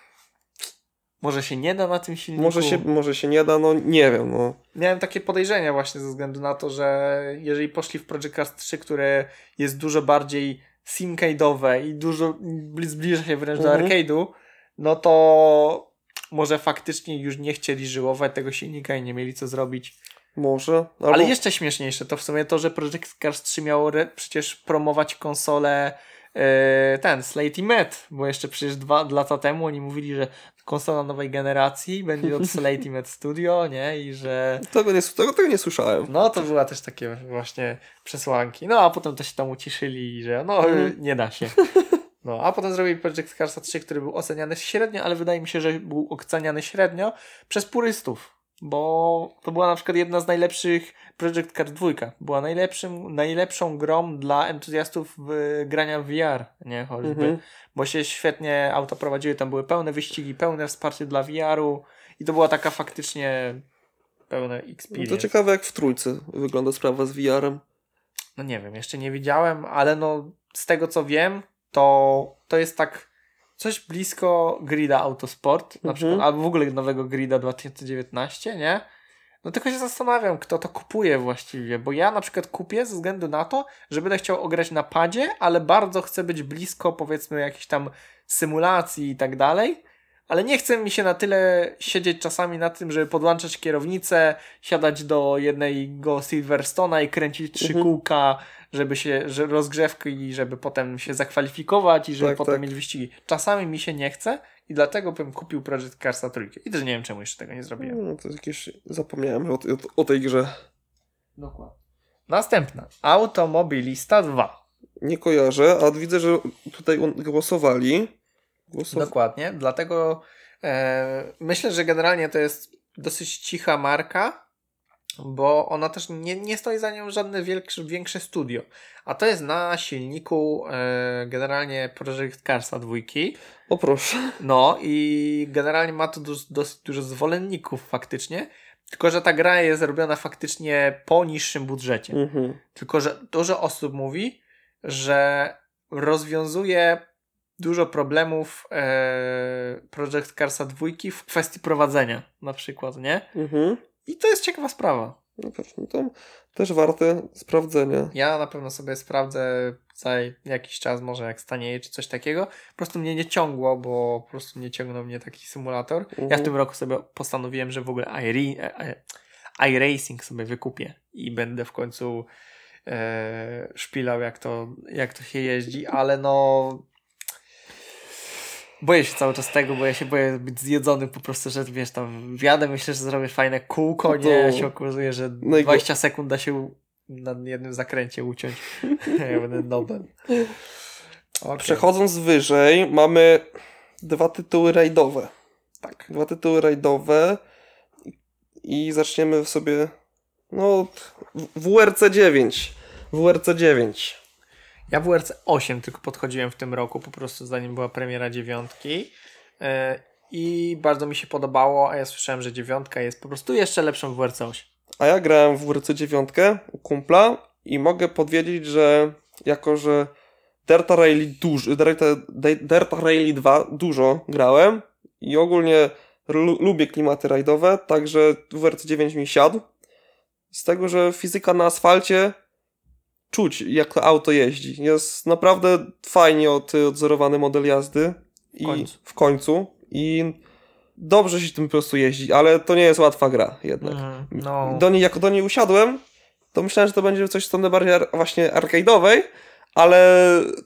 Może się nie da na tym silniku. Może się, może się nie da, no nie wiem. No. Miałem takie podejrzenia właśnie ze względu na to, że jeżeli poszli w Project Cars trzy, które jest dużo bardziej simcade'owe i dużo zbliża się wręcz mhm. do arcade'u, no to może faktycznie już nie chcieli żyłować tego silnika i nie mieli co zrobić. Może. Albo... Ale jeszcze śmieszniejsze to w sumie to, że Project Cars trzy miało re- przecież promować konsolę yy, ten, Slate i Met, bo jeszcze przecież dwa lata temu oni mówili, że konsola nowej generacji będzie od Slate i Met Studio, nie? I że... Tego nie, tego, tego nie słyszałem. No to była też takie właśnie przesłanki. No a potem to się tam uciszyli, że no mm. nie da się. No a potem zrobili Project Cars trzy, który był oceniany średnio, ale wydaje mi się, że był oceniany średnio przez purystów. Bo to była na przykład jedna z najlepszych Project Cars dwa. Była najlepszym, najlepszą grą dla entuzjastów w grania w V R, nie? Choćby. Mm-hmm. Bo się świetnie auto prowadziły, tam były pełne wyścigi, pełne wsparcie dla V R-u i to była taka faktycznie pełna experience. No to ciekawe jak w trójce wygląda sprawa z V R-em. No nie wiem, jeszcze nie widziałem, ale no z tego co wiem, to, to jest tak coś blisko Grida Autosport, mm-hmm. na przykład, albo w ogóle nowego Grida dwa tysiące dziewiętnaście, nie? No tylko się zastanawiam, kto to kupuje właściwie, bo ja na przykład kupię ze względu na to, że będę chciał ograć na padzie, ale bardzo chcę być blisko powiedzmy jakiejś tam symulacji i tak dalej, ale nie chce mi się na tyle siedzieć czasami na tym, żeby podłączać kierownicę, siadać do jednego Silverstone'a i kręcić trzy mhm. kółka, żeby się, że rozgrzewki i żeby potem się zakwalifikować i żeby tak, potem tak. mieć wyścigi. Czasami mi się nie chce i dlatego bym kupił Project Carsa trójkę. I też nie wiem, czemu jeszcze tego nie zrobiłem. No, to jest jakieś... Zapomniałem o, o, o tej grze. Dokładnie. Następna. Automobilista dwa. Nie kojarzę, a widzę, że tutaj głosowali. Głosow... Dokładnie, dlatego e, myślę, że generalnie to jest dosyć cicha marka, bo ona też nie, nie stoi za nią żadne większe, większe studio. A to jest na silniku e, generalnie Project Carsa dwa. O proszę. No i generalnie ma to dosyć, dosyć dużo zwolenników faktycznie, tylko że ta gra jest robiona faktycznie po niższym budżecie. Mhm. Tylko że dużo osób mówi, że rozwiązuje dużo problemów e, Project Carsa dwa w kwestii prowadzenia na przykład, nie? Mhm. I to jest ciekawa sprawa. No pewnie, to też warte sprawdzenia. Ja na pewno sobie sprawdzę za jakiś czas, może jak stanieje czy coś takiego. Po prostu mnie nie ciągło, bo po prostu nie ciągnął mnie taki symulator. Mhm. Ja w tym roku sobie postanowiłem, że w ogóle iRacing sobie wykupię i będę w końcu e, szpilał jak to, jak to się jeździ, ale no boję się cały czas tego, bo ja się boję być zjedzony po prostu, że wiesz, tam wjadę, myślę, że zrobię fajne kółko, nie, ja się okazuje, że dwadzieścia sekund da się na jednym zakręcie uciąć. Ja będę nobem. Okay. Przechodząc wyżej, mamy dwa tytuły rajdowe. Tak. Dwa tytuły rajdowe i zaczniemy sobie no W R C dziewięć. W R C dziewięć. Ja W R C osiem tylko podchodziłem w tym roku, po prostu zanim była premiera dziewiątki yy, i bardzo mi się podobało, a ja słyszałem, że dziewiątka jest po prostu jeszcze lepszą w W R C osiem. A ja grałem w W R C dziewięć u kumpla i mogę powiedzieć, że jako, że Dirta Rally, duż, Dirta, Dirta Rally dwa dużo grałem i ogólnie lu- lubię klimaty rajdowe, także W R C dziewięć mi siadł. Z tego, że fizyka na asfalcie czuć, jak to auto jeździ. Jest naprawdę fajnie od, odzorowany model jazdy. I w końcu. w końcu. I dobrze się tym po prostu jeździ, ale to nie jest łatwa gra jednak. Mm, no. Do niej, jak do niej usiadłem, to myślałem, że to będzie coś strony bardziej ar- właśnie arcade'owej, ale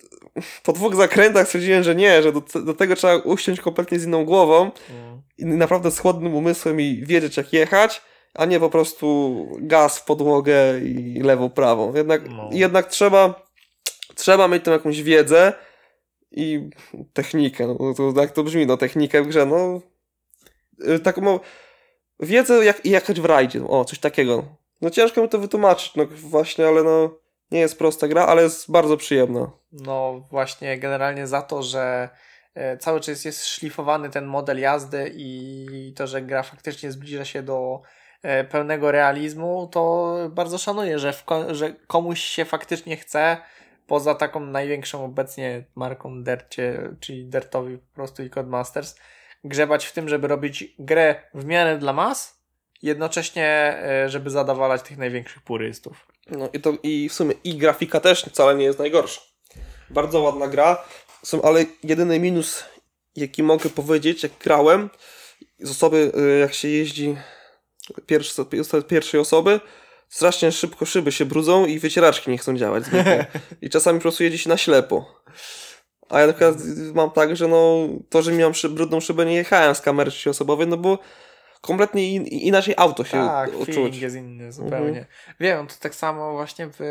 po dwóch zakrętach stwierdziłem, że nie, że do, do tego trzeba usiąść kompletnie z inną głową Mm. i naprawdę z chłodnym umysłem i wiedzieć, jak jechać, a nie po prostu gaz w podłogę i lewą, prawą. Jednak, No. jednak trzeba, trzeba mieć tam jakąś wiedzę i technikę. No, to, jak to brzmi, no technikę w grze, no taką wiedzę jak jechać w rajdzie. O, coś takiego. No ciężko mi to wytłumaczyć, no właśnie, ale no nie jest prosta gra, ale jest bardzo przyjemna. No właśnie generalnie za to, że e, cały czas jest szlifowany ten model jazdy i to, że gra faktycznie zbliża się do e, pełnego realizmu, to bardzo szanuję, że, w ko- że komuś się faktycznie chce, poza taką największą obecnie marką Dircie, czyli Dirtowi po prostu i Codemasters, grzebać w tym, żeby robić grę w miarę dla mas, jednocześnie e, żeby zadowalać tych największych purystów. No i to i w sumie i grafika też wcale nie jest najgorsza. Bardzo ładna gra, są, ale jedyny minus, jaki mogę powiedzieć, jak grałem z osoby, jak się jeździ pierwszy, z pierwszej osoby, strasznie szybko szyby się brudzą i wycieraczki nie chcą działać zwykle. I czasami po prostu jedzie się na ślepo. A ja na przykład mam tak, że no to, że miałem szy- brudną szybę, nie jechałem z kamery trzyosobowej, no bo kompletnie in, inaczej auto się tak, uczuć. feeling jest inny zupełnie. Mhm. Wiem, to tak samo właśnie w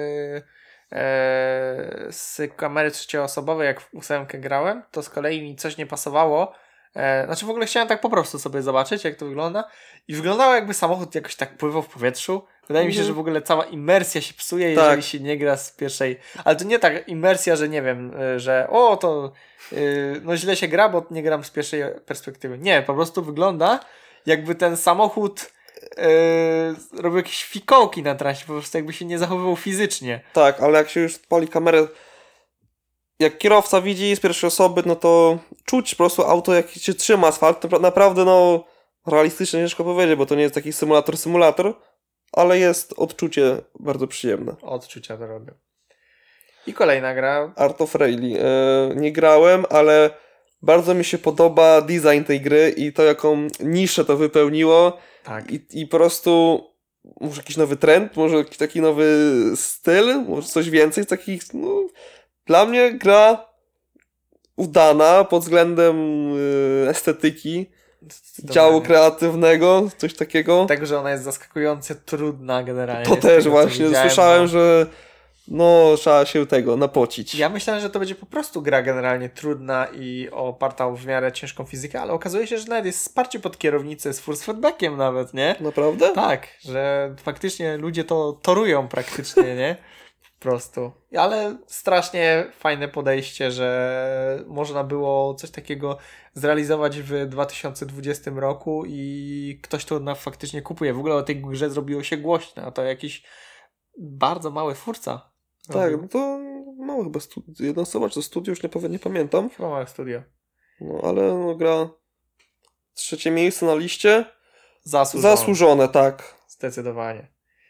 e, z kamery trzecioosobowej, jak w ósemkę grałem, to z kolei mi coś nie pasowało. E, znaczy w ogóle chciałem tak po prostu sobie zobaczyć, jak to wygląda i wyglądało jakby samochód jakoś tak pływał w powietrzu. Wydaje mi się, że w ogóle cała imersja się psuje, Tak. jeżeli się nie gra z pierwszej... Ale to nie tak imersja, że nie wiem, y, że o, to y, no źle się gra, bo nie gram z pierwszej perspektywy. Nie, po prostu wygląda jakby ten samochód y, robił jakieś fikołki na trasie, po prostu jakby się nie zachowywał fizycznie. Tak, ale jak się już pali kamerę, jak kierowca widzi z pierwszej osoby, no to czuć po prostu auto, jak się trzyma asfalt, to naprawdę no realistycznie ciężko powiedzieć, bo to nie jest taki symulator symulator, ale jest odczucie bardzo przyjemne. Odczucia to robią. I kolejna gra. Art of Rally. E, nie grałem, ale bardzo mi się podoba design tej gry i to, jaką niszę to wypełniło. Tak. I, i po prostu może jakiś nowy trend, może jakiś taki nowy styl, może coś więcej takich, no dla mnie gra udana pod względem y, estetyki, działu kreatywnego, coś takiego. Tego, że ona jest zaskakująco trudna generalnie. To też tego, właśnie, słyszałem, no. że no trzeba się tego napocić. Ja myślałem, że to będzie po prostu gra generalnie trudna i oparta o w miarę ciężką fizykę, ale okazuje się, że nawet jest wsparcie pod kierownicę z force feedbackiem nawet, nie? Naprawdę? Tak, że faktycznie ludzie to torują praktycznie, nie? Po prostu. Ale strasznie fajne podejście, że można było coś takiego zrealizować w dwa tysiące dwudziestym roku i ktoś to na faktycznie kupuje. W ogóle o tej grze zrobiło się głośno, a to jakiś bardzo mały twórca. Tak, no to mało chyba studio. Jedna osoba, czy to studio, już nie, powiem, nie pamiętam. Chyba małe studio. No ale no, gra trzecie miejsce na liście. Zasłużone. Zasłużone, tak. Zdecydowanie.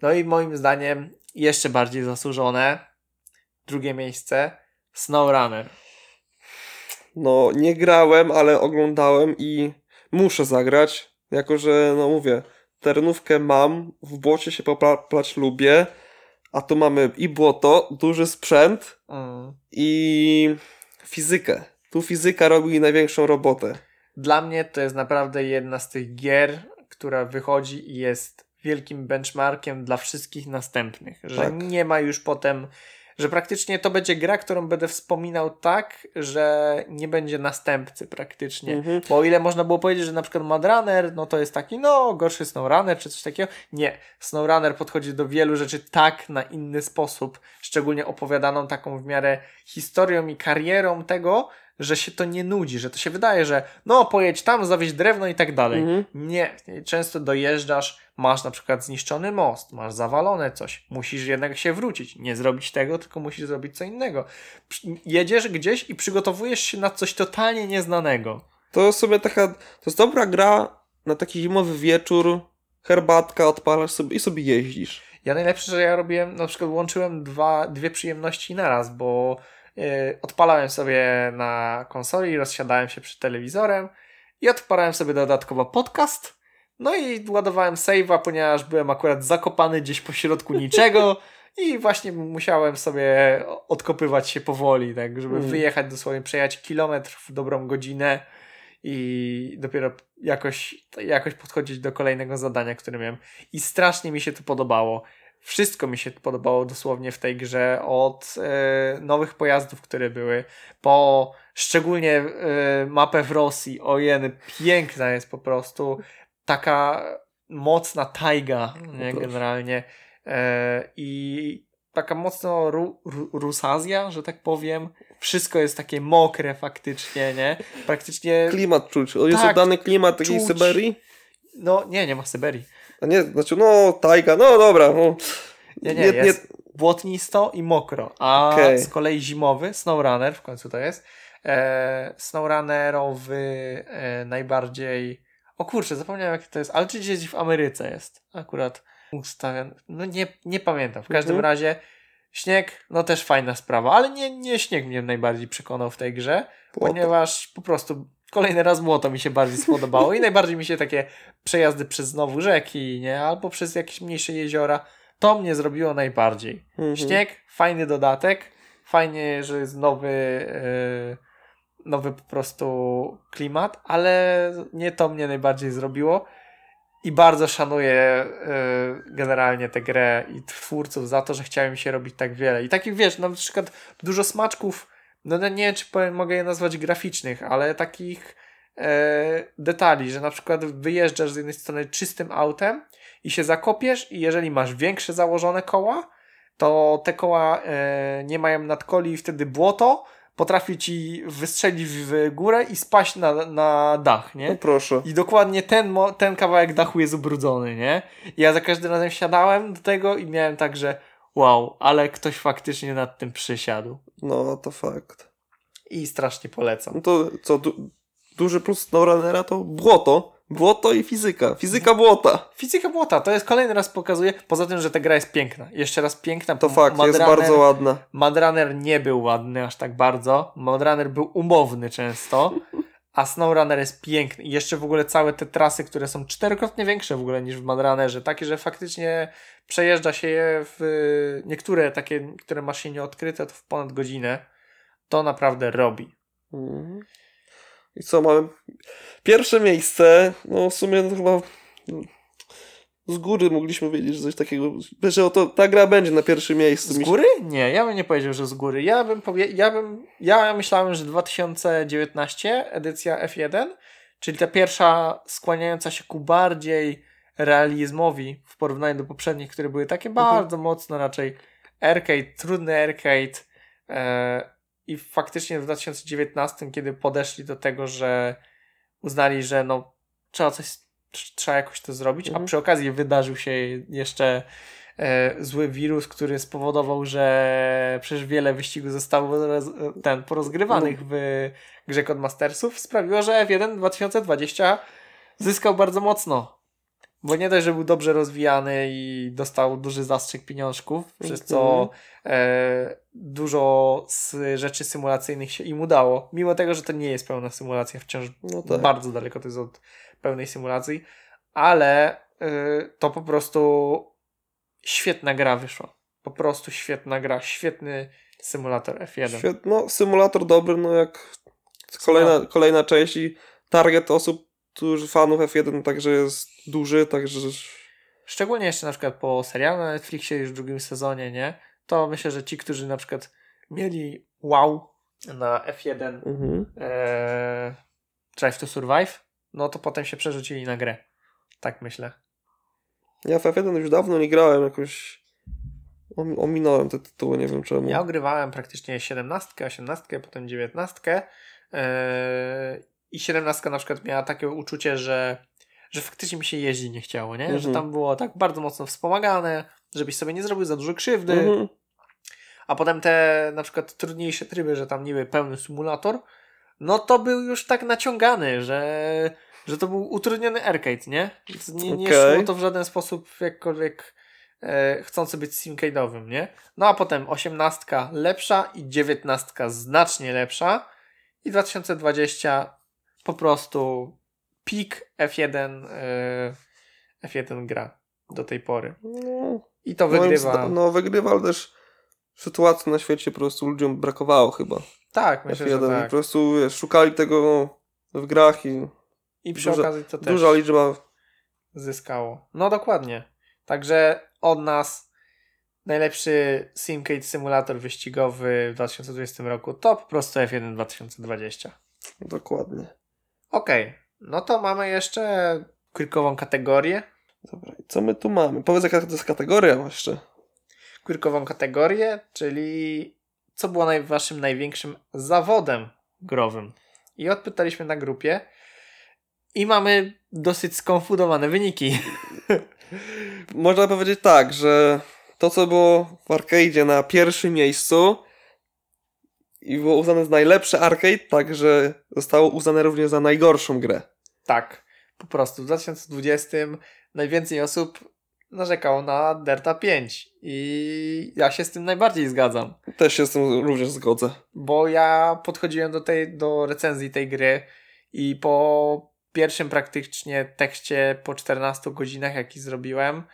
No i moim zdaniem jeszcze bardziej zasłużone, drugie miejsce, SnowRunner. No, nie grałem, ale oglądałem i muszę zagrać, jako że, no mówię, terenówkę mam, w błocie się poplać lubię, a tu mamy i błoto, duży sprzęt Mm. i fizykę. Tu fizyka robi największą robotę. Dla mnie to jest naprawdę jedna z tych gier, która wychodzi i jest wielkim benchmarkiem dla wszystkich następnych, że Tak. nie ma już potem, że praktycznie to będzie gra, którą będę wspominał tak, że nie będzie następcy praktycznie. Mhm. Bo o ile można było powiedzieć, że na przykład Mad Runner, no to jest taki, no gorszy SnowRunner czy coś takiego. Nie. SnowRunner podchodzi do wielu rzeczy tak na inny sposób, szczególnie opowiadaną taką w miarę historią i karierą tego, że się to nie nudzi, że to się wydaje, że no pojedź tam, zawieź drewno i tak dalej. Mhm. Nie. Często dojeżdżasz, masz na przykład zniszczony most, masz zawalone coś, musisz jednak się wrócić. Nie zrobić tego, tylko musisz zrobić co innego. Jedziesz gdzieś i przygotowujesz się na coś totalnie nieznanego. To sobie taka, to jest dobra gra na taki zimowy wieczór, herbatka, odpalasz sobie i sobie jeździsz. Ja najlepsze, że ja robiłem, na przykład łączyłem dwa, dwie przyjemności naraz, bo yy, odpalałem sobie na konsoli, rozsiadałem się przed telewizorem i odpalałem sobie dodatkowo podcast, no i ładowałem save'a, ponieważ byłem akurat zakopany gdzieś po środku niczego i właśnie musiałem sobie odkopywać się powoli, tak, żeby Mm. wyjechać dosłownie, przejechać kilometr w dobrą godzinę i dopiero jakoś, jakoś podchodzić do kolejnego zadania, które miałem. I strasznie mi się to podobało. Wszystko mi się podobało dosłownie w tej grze, od e, nowych pojazdów, które były, po szczególnie e, mapę w Rosji. Ojeny, piękna jest po prostu. Taka mocna tajga, nie, proszę. generalnie. E, I taka mocno ru, ru, rusazja, że tak powiem. Wszystko jest takie mokre faktycznie, nie? Praktycznie... Klimat czuć. O, jest Tak, oddany klimat takiej czuć. Syberii? No nie, nie ma Syberii. A nie, znaczy, no, tajga, no dobra. No. Nie, nie, jest błotnisto i mokro. A Okej. z kolei zimowy, SnowRunner, w końcu to jest, e, SnowRunnerowy e, najbardziej... O kurczę, zapomniałem jakie to jest, ale czy gdzieś w Ameryce jest akurat ustawiony. No nie, nie pamiętam. W każdym Mhm. razie śnieg, no też fajna sprawa, ale nie, nie śnieg mnie najbardziej przekonał w tej grze, Błoto. ponieważ po prostu kolejny raz błoto mi się bardziej spodobało i najbardziej mi się takie przejazdy przez znowu rzeki, nie, albo przez jakieś mniejsze jeziora, to mnie zrobiło najbardziej. Mhm. Śnieg, fajny dodatek, fajnie, że jest nowy, yy, nowy po prostu klimat, ale nie to mnie najbardziej zrobiło. I bardzo szanuję y, generalnie tę grę i twórców za to, że chciałem się robić tak wiele. I takich, wiesz, na przykład dużo smaczków, no nie wiem, czy powiem, mogę je nazwać graficznych, ale takich e, detali, że na przykład wyjeżdżasz z jednej strony czystym autem i się zakopiesz i jeżeli masz większe założone koła, to te koła e, nie mają nadkoli i wtedy błoto potrafi ci wystrzelić w górę i spaść na, na dach, nie? No proszę. I dokładnie ten, mo- ten kawałek dachu jest ubrudzony, nie? I ja za każdym razem siadałem do tego i miałem tak, że wow, ale ktoś faktycznie nad tym przysiadł. No, to fakt. I strasznie polecam. No to co, du- duży plus SnowRunnera to błoto. Błoto i fizyka. Fizyka błota. Fizyka błota, to jest kolejny raz pokazuje, poza tym, że ta gra jest piękna. Jeszcze raz piękna. To fakt, Mad jest Runner- bardzo ładna. Mad Runner nie był ładny aż tak bardzo. Mad Runner był umowny często. A SnowRunner jest piękny. I jeszcze w ogóle całe te trasy, które są czterokrotnie większe w ogóle niż w Mad Runnerze. Takie, że faktycznie przejeżdża się je w niektóre takie, które masz się nieodkryte, to w ponad godzinę. To naprawdę robi. Mhm. I co mamy? Pierwsze miejsce, no w sumie no chyba z góry mogliśmy wiedzieć, że coś takiego, że oto ta gra będzie na pierwszym miejscu. Z góry? Nie, ja bym nie powiedział, że z góry. Ja bym powie... ja bym ja myślałem, że dwa tysiące dziewiętnaście edycja F jeden, czyli ta pierwsza skłaniająca się ku bardziej realizmowi w porównaniu do poprzednich, które były takie bardzo mocno raczej arcade, trudny arcade. E... I faktycznie w dwa tysiące dziewiętnastym, kiedy podeszli do tego, że uznali, że no trzeba coś, trzeba jakoś to zrobić, Mhm. a przy okazji wydarzył się jeszcze e, zły wirus, który spowodował, że przecież wiele wyścigów zostało roz, ten, porozgrywanych w grze Codemastersów, sprawiło, że F jeden dwa tysiące dwudziesty zyskał bardzo mocno. Bo nie dość, że był dobrze rozwijany i dostał duży zastrzyk pieniążków, przez co e, dużo z rzeczy symulacyjnych się im udało. Mimo tego, że to nie jest pełna symulacja, wciąż No tak. bardzo daleko to jest od pełnej symulacji, ale e, to po prostu świetna gra wyszła. Po prostu świetna gra, świetny symulator F jeden. Świet, no, symulator dobry, no jak kolejna, kolejna część i target osób, którzy fanów F jeden także jest duży, także... Szczególnie jeszcze na przykład po serialu na Netflixie już w drugim sezonie, nie? To myślę, że ci, którzy na przykład mieli wow na F jeden Mhm. e, Drive to Survive, no to potem się przerzucili na grę. Tak myślę. Ja w F jeden już dawno nie grałem, jakoś ominąłem te tytuły, nie wiem czemu. Ja ogrywałem praktycznie siedemnastkę, osiemnastkę, potem dziewiętnastkę e, i siedemnastka na przykład miała takie uczucie, że że faktycznie mi się jeździ nie chciało, nie? Mhm. Że tam było tak bardzo mocno wspomagane, żebyś sobie nie zrobił za dużo krzywdy. Mhm. A potem te na przykład trudniejsze tryby, że tam niby pełny symulator, no to był już tak naciągany, że, że to był utrudniony arcade, nie? Nie, nie Okay. szło to w żaden sposób jakkolwiek e, chcący być simcade'owym, nie? No a potem osiemnastka lepsza i dziewiętnastka znacznie lepsza i dwa tysiące dwadzieścia po prostu pik F jeden e, F jeden gra do tej pory. No, I to moim wygrywa. zda- No wygrywa, ale też sytuacji na świecie po prostu ludziom brakowało chyba. Tak, myślę, F jeden. że Po tak. prostu wiesz, szukali tego w grach i I przy duża, okazji to też duża liczba. zyskało. No dokładnie. Także od nas najlepszy Simcade symulator wyścigowy w dwa tysiące dwudziestym roku to po prostu F jeden dwa tysiące dwadzieścia. Dokładnie. Okej, okay. No to mamy jeszcze quirkową kategorię. Dobra, i co my tu mamy? Powiedz, jaka to jest kategoria jeszcze. Quirkową kategorię, czyli co było naj- waszym największym zawodem growym. I odpytaliśmy na grupie i mamy dosyć skonfudowane wyniki. Można powiedzieć tak, że to, co było w arcade'zie na pierwszym miejscu i było uznane za najlepszy arcade, także zostało uznane również za najgorszą grę. Tak, po prostu w dwa tysiące dwudziestym najwięcej osób narzekało na Derta pięć i ja się z tym najbardziej zgadzam. Też się z tym również zgodzę. Bo ja podchodziłem do tej, do recenzji tej gry i po pierwszym praktycznie tekście po czternastu godzinach, jaki zrobiłem,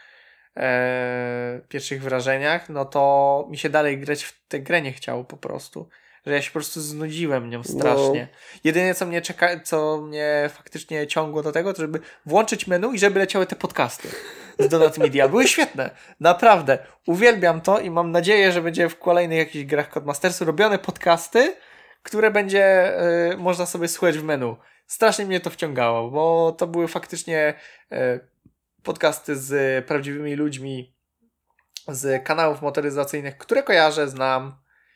e, pierwszych wrażeniach, no to mi się dalej grać w tę grę nie chciało po prostu. Że ja się po prostu znudziłem nią strasznie. No. Jedyne co mnie czeka, co mnie faktycznie ciągło do tego, to żeby włączyć menu i żeby leciały te podcasty z Donut Media. Były świetne. Naprawdę. Uwielbiam to i mam nadzieję, że będzie w kolejnych jakichś grach Codemastersu robione podcasty, które będzie y, można sobie słuchać w menu. Strasznie mnie to wciągało, bo to były faktycznie y, podcasty z prawdziwymi ludźmi z kanałów motoryzacyjnych, które kojarzę, znam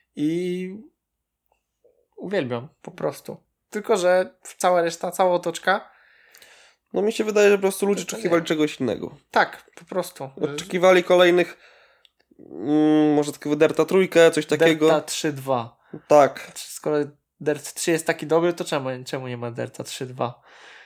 i uwielbiam, po prostu. Tylko, że cała reszta, cała otoczka... No mi się wydaje, że po prostu ludzie to oczekiwali nie. czegoś innego. Tak, po prostu. Oczekiwali kolejnych mm, może takiego Derta trójkę, coś takiego. Derta trzy dwa. Tak. Skoro Dert trzy jest taki dobry, to czemu, czemu nie ma Derta trzy dwa?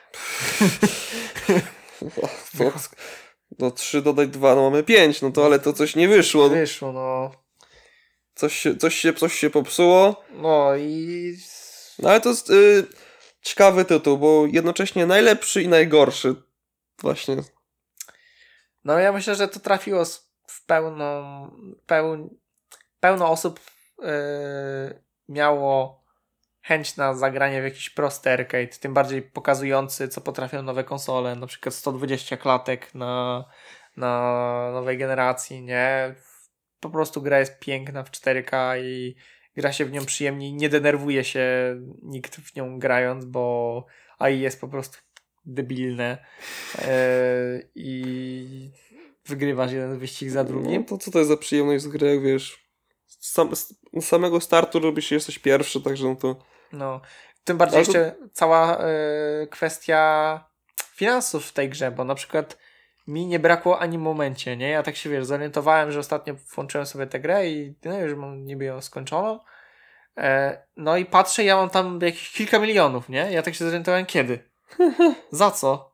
No, do trzy dodać dwa, no mamy pięć, no to ale to coś nie wyszło. Wyszło, no. Coś się, coś się, coś się popsuło. No i... No ale to jest y, ciekawy tytuł, bo jednocześnie najlepszy i najgorszy. Właśnie. No ja myślę, że to trafiło w pełną... Peł, pełno osób yy, miało chęć na zagranie w jakiś prosty arcade, tym bardziej pokazujący, co potrafią nowe konsole, na przykład sto dwadzieścia klatek na, na nowej generacji, nie? Po prostu gra jest piękna w cztery K i gra się w nią przyjemnie i nie denerwuje się nikt w nią grając, bo A I jest po prostu debilne yy, i wygrywasz jeden wyścig za drugim. No to co to jest za przyjemność z gry, jak wiesz, sam, z samego startu robisz, jesteś pierwszy, także no to... No, tym bardziej Ale to... jeszcze cała y, kwestia finansów w tej grze, bo na przykład mi nie brakło ani momencie, nie? Ja tak się, wiesz, zorientowałem, że ostatnio włączyłem sobie tę grę i no, już mam niby ją skończoną. E, no i patrzę, ja mam tam jakieś kilka milionów, nie? Ja tak się zorientowałem, kiedy? Za co?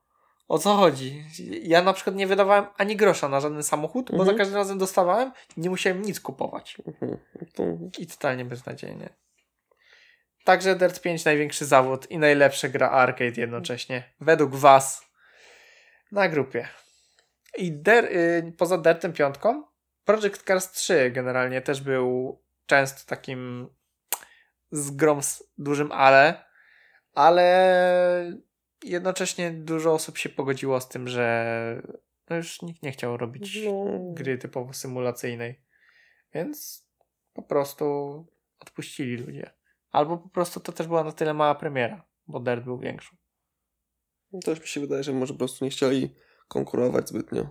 O co chodzi? Ja na przykład nie wydawałem ani grosza na żaden samochód, bo Mhm. za każdym razem dostawałem i nie musiałem nic kupować. Mhm. To... I totalnie beznadziejnie. Także Dirt pięć największy zawód i najlepsza gra arcade jednocześnie. Według was na grupie. I der, y, poza Dirtem piątką Project Cars trzy generalnie też był często takim z grą z dużym ale, ale jednocześnie dużo osób się pogodziło z tym, że no już nikt nie chciał robić No. gry typowo symulacyjnej. Więc po prostu odpuścili ludzie. Albo po prostu to też była na tyle mała premiera, bo Dirt był większy. Też mi się wydaje, że może po prostu nie chcieli konkurować zbytnio.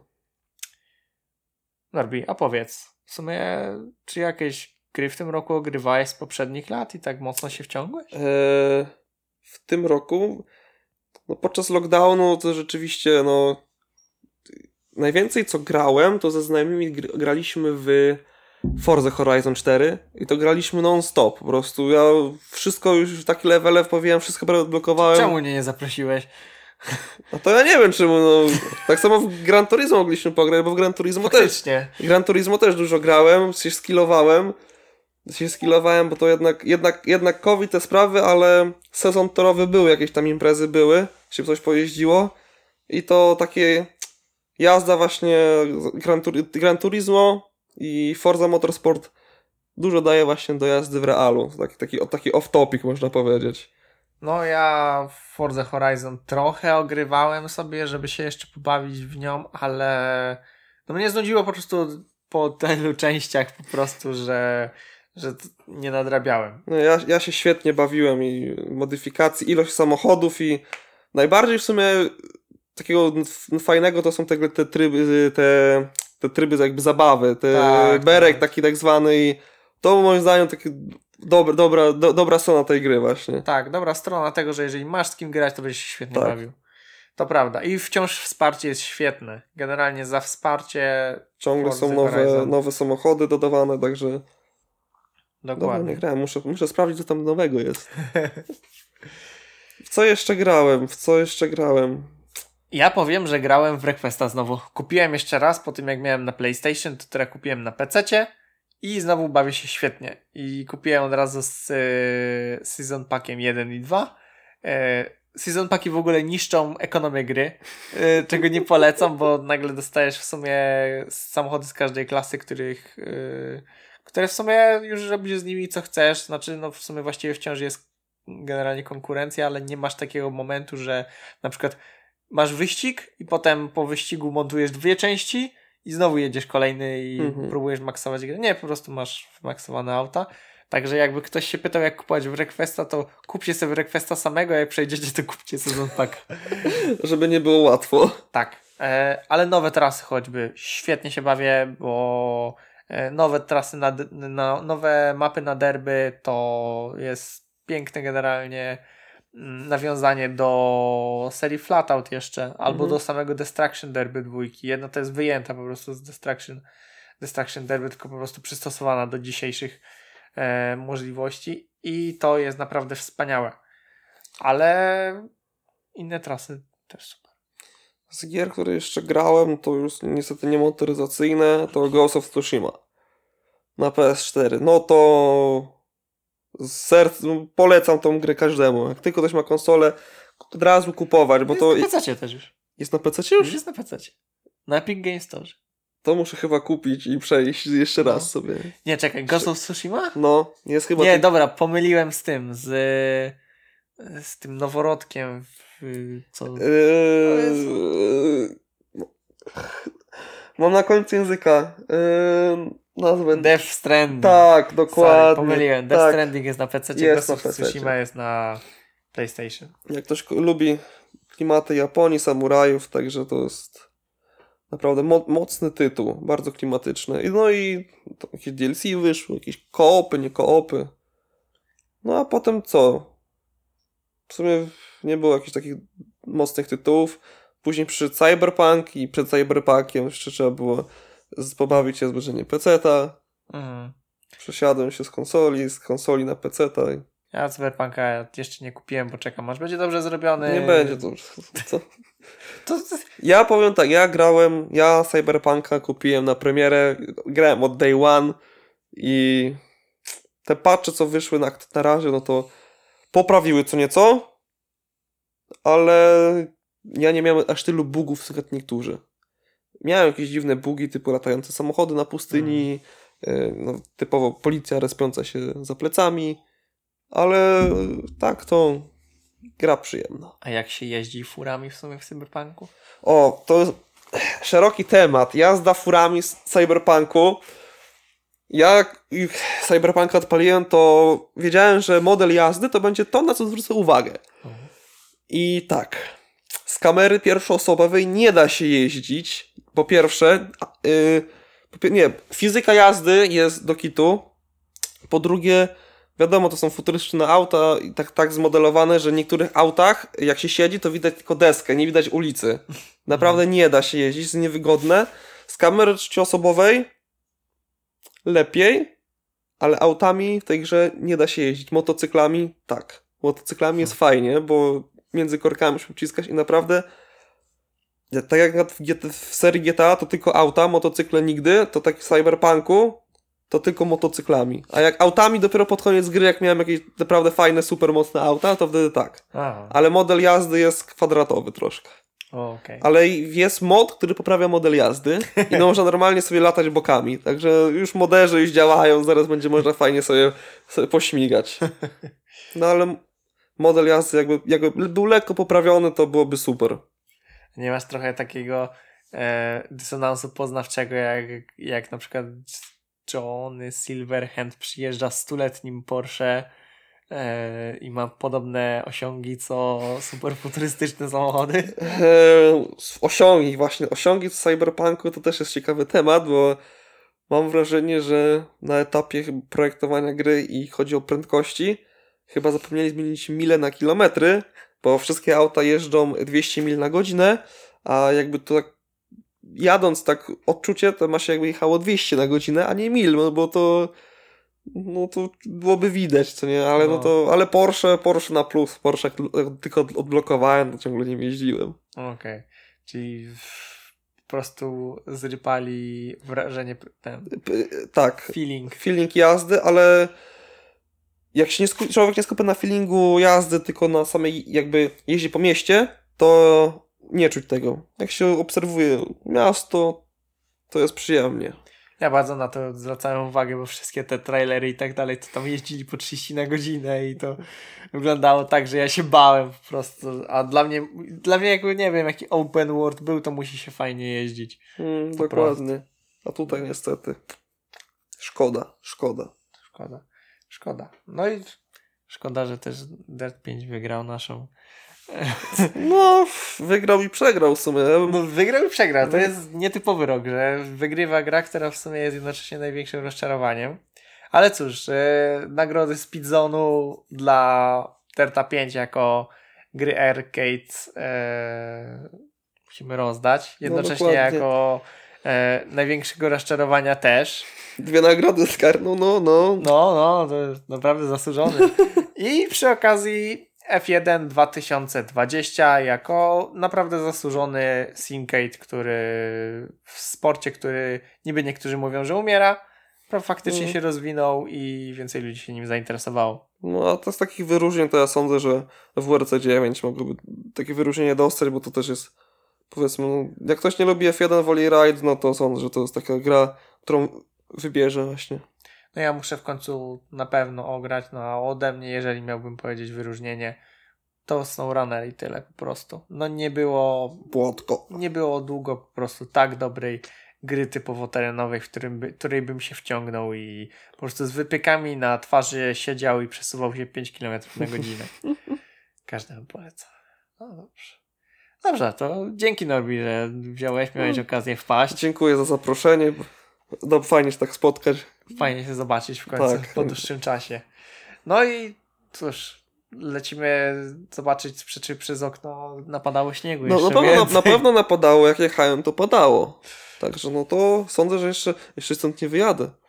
Norbi, a powiedz, w sumie czy jakieś gry w tym roku ogrywałeś z poprzednich lat i tak mocno się wciągłeś? Eee, w tym roku no podczas lockdownu to rzeczywiście no najwięcej co grałem to ze znajomymi gr- graliśmy w Forza Horizon cztery i to graliśmy non-stop po prostu. Ja wszystko już taki level powiem, wszystko odblokowałem. Czemu mnie nie zaprosiłeś? No to ja nie wiem czemu, no tak samo w Gran Turismo mogliśmy pograć, bo w Gran Turismo też Faktycznie. Gran Turismo też dużo grałem, się skillowałem. Się skillowałem, bo to jednak, jednak, jednak COVID te sprawy, ale sezon torowy był, jakieś tam imprezy były, się coś pojeździło i to takie jazda właśnie Gran, Tur- Gran Turismo i Forza Motorsport dużo daje właśnie do jazdy w realu. Taki, taki, taki off-topic można powiedzieć. No ja w Forza Horizon trochę ogrywałem sobie, żeby się jeszcze pobawić w nią, ale no mnie znudziło po prostu po tylu częściach po prostu, że, że nie nadrabiałem. No ja, ja się świetnie bawiłem i modyfikacji, ilość samochodów i najbardziej w sumie takiego fajnego to są te, te tryby, te, te tryby jakby zabawy, te Tak, berek tak. taki tak zwany i to moim zdaniem taki dobra, dobra, do, dobra strona tej gry właśnie. Tak, dobra strona tego, że jeżeli masz z kim grać, to będziesz się świetnie Tak. bawił. To prawda. I wciąż wsparcie jest świetne. Generalnie za wsparcie Ciągle Forza są nowe, Horizon. nowe samochody dodawane, także dobra, nie Dokładnie. grałem, muszę, muszę sprawdzić co tam nowego jest. W co jeszcze grałem? W co jeszcze grałem? Ja powiem, że grałem w Wreckfesta znowu. Kupiłem jeszcze raz po tym jak miałem na PlayStation, to teraz kupiłem na pececie i znowu bawię się świetnie. I kupiłem od razu z y, Season Packiem jeden i dwa. Y, Season Packi w ogóle niszczą ekonomię gry, y, czego nie polecam, bo nagle dostajesz w sumie samochody z każdej klasy, których y, które w sumie już robisz z nimi co chcesz. Znaczy no w sumie właściwie wciąż jest generalnie konkurencja, ale nie masz takiego momentu, że na przykład masz wyścig i potem po wyścigu montujesz dwie części i znowu jedziesz kolejny i Mhm. próbujesz maksować grę. Nie, po prostu masz wymaksowane auta. Także jakby ktoś się pytał, jak kupować Wreckfesta, to kupcie sobie Wreckfesta samego, a jak przejdziecie, to kupcie Season Pack. Żeby nie było łatwo. Tak, e, ale nowe trasy choćby. Świetnie się bawię, bo e, nowe trasy, na, na, nowe mapy na derby to jest piękne generalnie mm, nawiązanie do serii Flatout jeszcze, albo Mhm. do samego Destruction Derby dwójki. Jedna to jest wyjęta po prostu z Destruction, Destruction Derby, tylko po prostu przystosowana do dzisiejszych e, możliwości i to jest naprawdę wspaniałe. Ale inne trasy też super. Z gier, które jeszcze grałem, to już niestety nie motoryzacyjne, to Ghost of Tsushima na P S cztery. No to z sercem polecam tą grę każdemu. Jak tylko ktoś ma konsolę, od razu kupować, bo Jest to na pececie też już. jest na P C Już już? jest na pececie. Na Epic Games Store. To muszę chyba kupić i przejść jeszcze No. raz sobie. Nie, czekaj, Ghost of Tsushima? No, jest chyba... Nie, tak- dobra, pomyliłem z tym, z, z tym noworodkiem, w, co... Eee, Mam na końcu języka eee, nazwę. Death Stranding. Tak, dokładnie. Sorry, pomyliłem. Death tak. Stranding jest na pececie, Jest Ghost na of pececie. Tsushima jest na PlayStation. Jak ktoś ko- lubi klimaty Japonii, samurajów, także to jest naprawdę mo- mocny tytuł, bardzo klimatyczny. I No i to jakieś D L C wyszło, jakieś koopy, nie koopy. No a potem co? W sumie nie było jakichś takich mocnych tytułów. Później przyszedł Cyberpunk i przed Cyberpunkiem jeszcze trzeba było z- pobawić się zbliżenie peceta. Mhm. Przesiadłem się z konsoli, z konsoli na peceta. i Ja Cyberpunka jeszcze nie kupiłem, bo czekam, aż będzie dobrze zrobiony. Nie będzie to. Co? To... Ja powiem tak, ja grałem, ja Cyberpunka kupiłem na premierę, grałem od day one i te patche, co wyszły na, na razie, no to poprawiły co nieco, ale ja nie miałem aż tylu bugów, co niektórzy. Miałem jakieś dziwne bugi, typu latające samochody na pustyni, hmm. no, typowo policja respiąca się za plecami, ale tak, to gra przyjemna. A jak się jeździ furami w sumie w Cyberpunku? O, to jest szeroki temat. Jazda furami z Cyberpunku. Jak Cyberpunka odpaliłem, to wiedziałem, że model jazdy to będzie to, na co zwrócę uwagę. Mhm. I tak, z kamery pierwszoosobowej nie da się jeździć. Po pierwsze, yy, nie, fizyka jazdy jest do kitu. Po drugie, wiadomo, to są futurystyczne auta i tak, tak zmodelowane, że w niektórych autach, jak się siedzi, to widać tylko deskę, nie widać ulicy. Naprawdę nie da się jeździć, jest niewygodne. Z kamery trzecioosobowej lepiej, ale autami w tej grze nie da się jeździć. Motocyklami tak. Motocyklami jest fajnie, bo między korkami się uciskać i naprawdę tak jak w serii G T A to tylko auta, motocykle nigdy, to tak w Cyberpunku to tylko motocyklami. A jak autami dopiero pod koniec gry, jak miałem jakieś naprawdę fajne, super mocne auta, to wtedy tak. Aha. Ale model jazdy jest kwadratowy troszkę. O, okay. Ale jest mod, który poprawia model jazdy i no można normalnie sobie latać bokami. Także już moderzy już działają, zaraz będzie można fajnie sobie, sobie pośmigać. No ale model jazdy jakby, jakby był lekko poprawiony, to byłoby super. Nie masz trochę takiego e, dysonansu poznawczego, jak, jak na przykład Johnny Silverhand przyjeżdża stuletnim Porsche e, i ma podobne osiągi co superfuturystyczne samochody? E, osiągi, właśnie. Osiągi w Cyberpunku to też jest ciekawy temat, bo mam wrażenie, że na etapie projektowania gry i chodzi o prędkości, chyba zapomnieli zmienić mile na kilometry, bo wszystkie auta jeżdżą dwieście mil na godzinę, a jakby to tak jadąc tak odczucie, to ma się jakby jechało dwieście na godzinę, a nie mil, no bo to no to byłoby widać, co nie, ale no, no to, ale Porsche, Porsche na plus, Porsche tylko odblokowałem, to ciągle nie jeździłem. Okej, okay. Czyli po prostu zrypali wrażenie, ten tak, feeling. feeling jazdy, ale jak się nie sku- człowiek nie skupia na feelingu jazdy, tylko na samej jakby jeździ po mieście, to nie czuć tego. Jak się obserwuje miasto, to jest przyjemnie. Ja bardzo na to zwracałem uwagę, bo wszystkie te trailery i tak dalej, to tam jeździli po trzydzieści na godzinę i to wyglądało tak, że ja się bałem po prostu. A dla mnie, dla mnie jakby nie wiem, jaki open world był, to musi się fajnie jeździć. Mm, dokładnie. A tutaj niestety szkoda, szkoda. Szkoda, szkoda. No i szkoda, że też Dirt pięć wygrał naszą. No, wygrał i przegrał w sumie. No, wygrał i przegrał. To jest nietypowy rok, że wygrywa gra, która w sumie jest jednocześnie największym rozczarowaniem. Ale cóż, e, nagrody Speedzonu dla Dirta pięć jako gry arcade e, musimy rozdać. Jednocześnie no, jako e, największego rozczarowania też. Dwie nagrody zgarnął, no, no. No, no, to jest naprawdę zasłużony. I przy okazji F jeden dwa tysiące dwadzieścia jako naprawdę zasłużony Simcade, który w sporcie, który niby niektórzy mówią, że umiera, faktycznie mm. się rozwinął i więcej ludzi się nim zainteresowało. No a to z takich wyróżnień to ja sądzę, że w R C dziewięć mogłoby takie wyróżnienie dostać, bo to też jest, powiedzmy, no, jak ktoś nie lubi F jeden, woli Ride, no to sądzę, że to jest taka gra, którą wybierze właśnie. No ja muszę w końcu na pewno ograć, no a ode mnie, jeżeli miałbym powiedzieć wyróżnienie, to SnowRunner i tyle po prostu. No nie było Płotko. Nie było długo po prostu tak dobrej gry typowo terenowej, w którym by, której bym się wciągnął i po prostu z wypiekami na twarzy siedział i przesuwał się pięć kilometrów na godzinę. Każdemu polecam. No dobrze. Dobrze, to dzięki Norbi, że wziąłeś, miałeś no. okazję wpaść. Dziękuję za zaproszenie. No, fajnie się tak spotkać. Fajnie się zobaczyć w końcu tak. po dłuższym czasie. No i cóż, lecimy zobaczyć, czy przez okno napadało śniegu no, jeszcze na, pewno, więcej. na, na pewno napadało, jak jechałem to padało. Także no to sądzę, że jeszcze, jeszcze stąd nie wyjadę.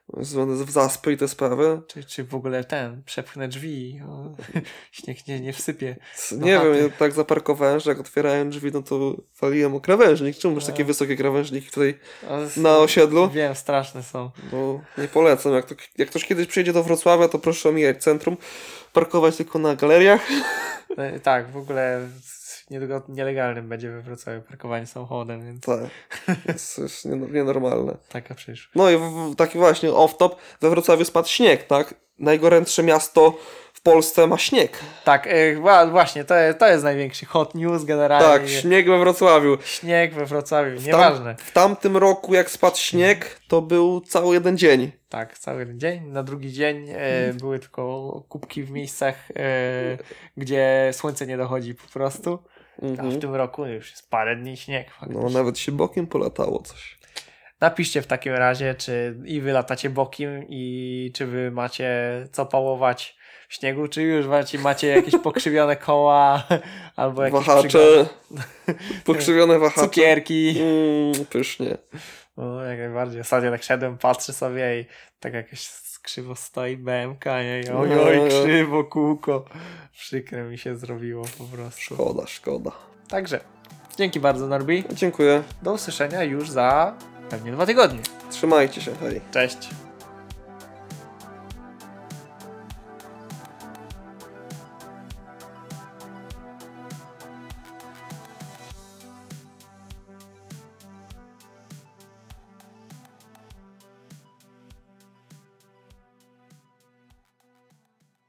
zwane w zaspy i te sprawy. Czy, czy w ogóle ten, przepchnę drzwi, o, śnieg nie, nie wsypie. Nie wiem, ja tak zaparkowałem, że jak otwierałem drzwi, no to waliłem o krawężnik. Czemu masz takie wysokie krawężniki tutaj na osiedlu? Wiem, straszne są. No, nie polecam. Jak, to, jak ktoś kiedyś przyjedzie do Wrocławia, to proszę omijać centrum, parkować tylko na galeriach. No, tak, w ogóle niedługo nielegalnym będzie we Wrocławiu parkowanie samochodem, więc... Tak, jest, jest nienormalne. Taka przyszłość. No i w, w, taki właśnie off-top, we Wrocławiu spadł śnieg, tak? Najgorętsze miasto w Polsce ma śnieg. Tak, yy, właśnie, to jest, to jest największy hot news generalnie. Tak, śnieg we Wrocławiu. Śnieg we Wrocławiu, W nieważne. Tam, w tamtym roku, jak spadł śnieg, to był cały jeden dzień. Tak, cały jeden dzień. Na drugi dzień e, były tylko kubki w miejscach, e, gdzie słońce nie dochodzi po prostu. Mhm. A w tym roku już jest parę dni śnieg. Faktycznie. No, nawet się bokiem polatało coś. Napiszcie w takim razie, czy i wy latacie bokiem i czy wy macie co pałować w śniegu, czy już macie, macie jakieś pokrzywione koła albo jakieś wahacze, pokrzywione wahacze. Cukierki. Mm, pysznie. No, jak najbardziej. Ostatnio tak szedłem, patrzę sobie i tak jakoś krzywo stoi B M K, nie? I oj, oj, krzywo, kółko. Przykre mi się zrobiło po prostu. Szkoda, szkoda. Także, dzięki bardzo, Norbi. Dziękuję. Do usłyszenia już za pewnie dwa tygodnie. Trzymajcie się, hej. Cześć.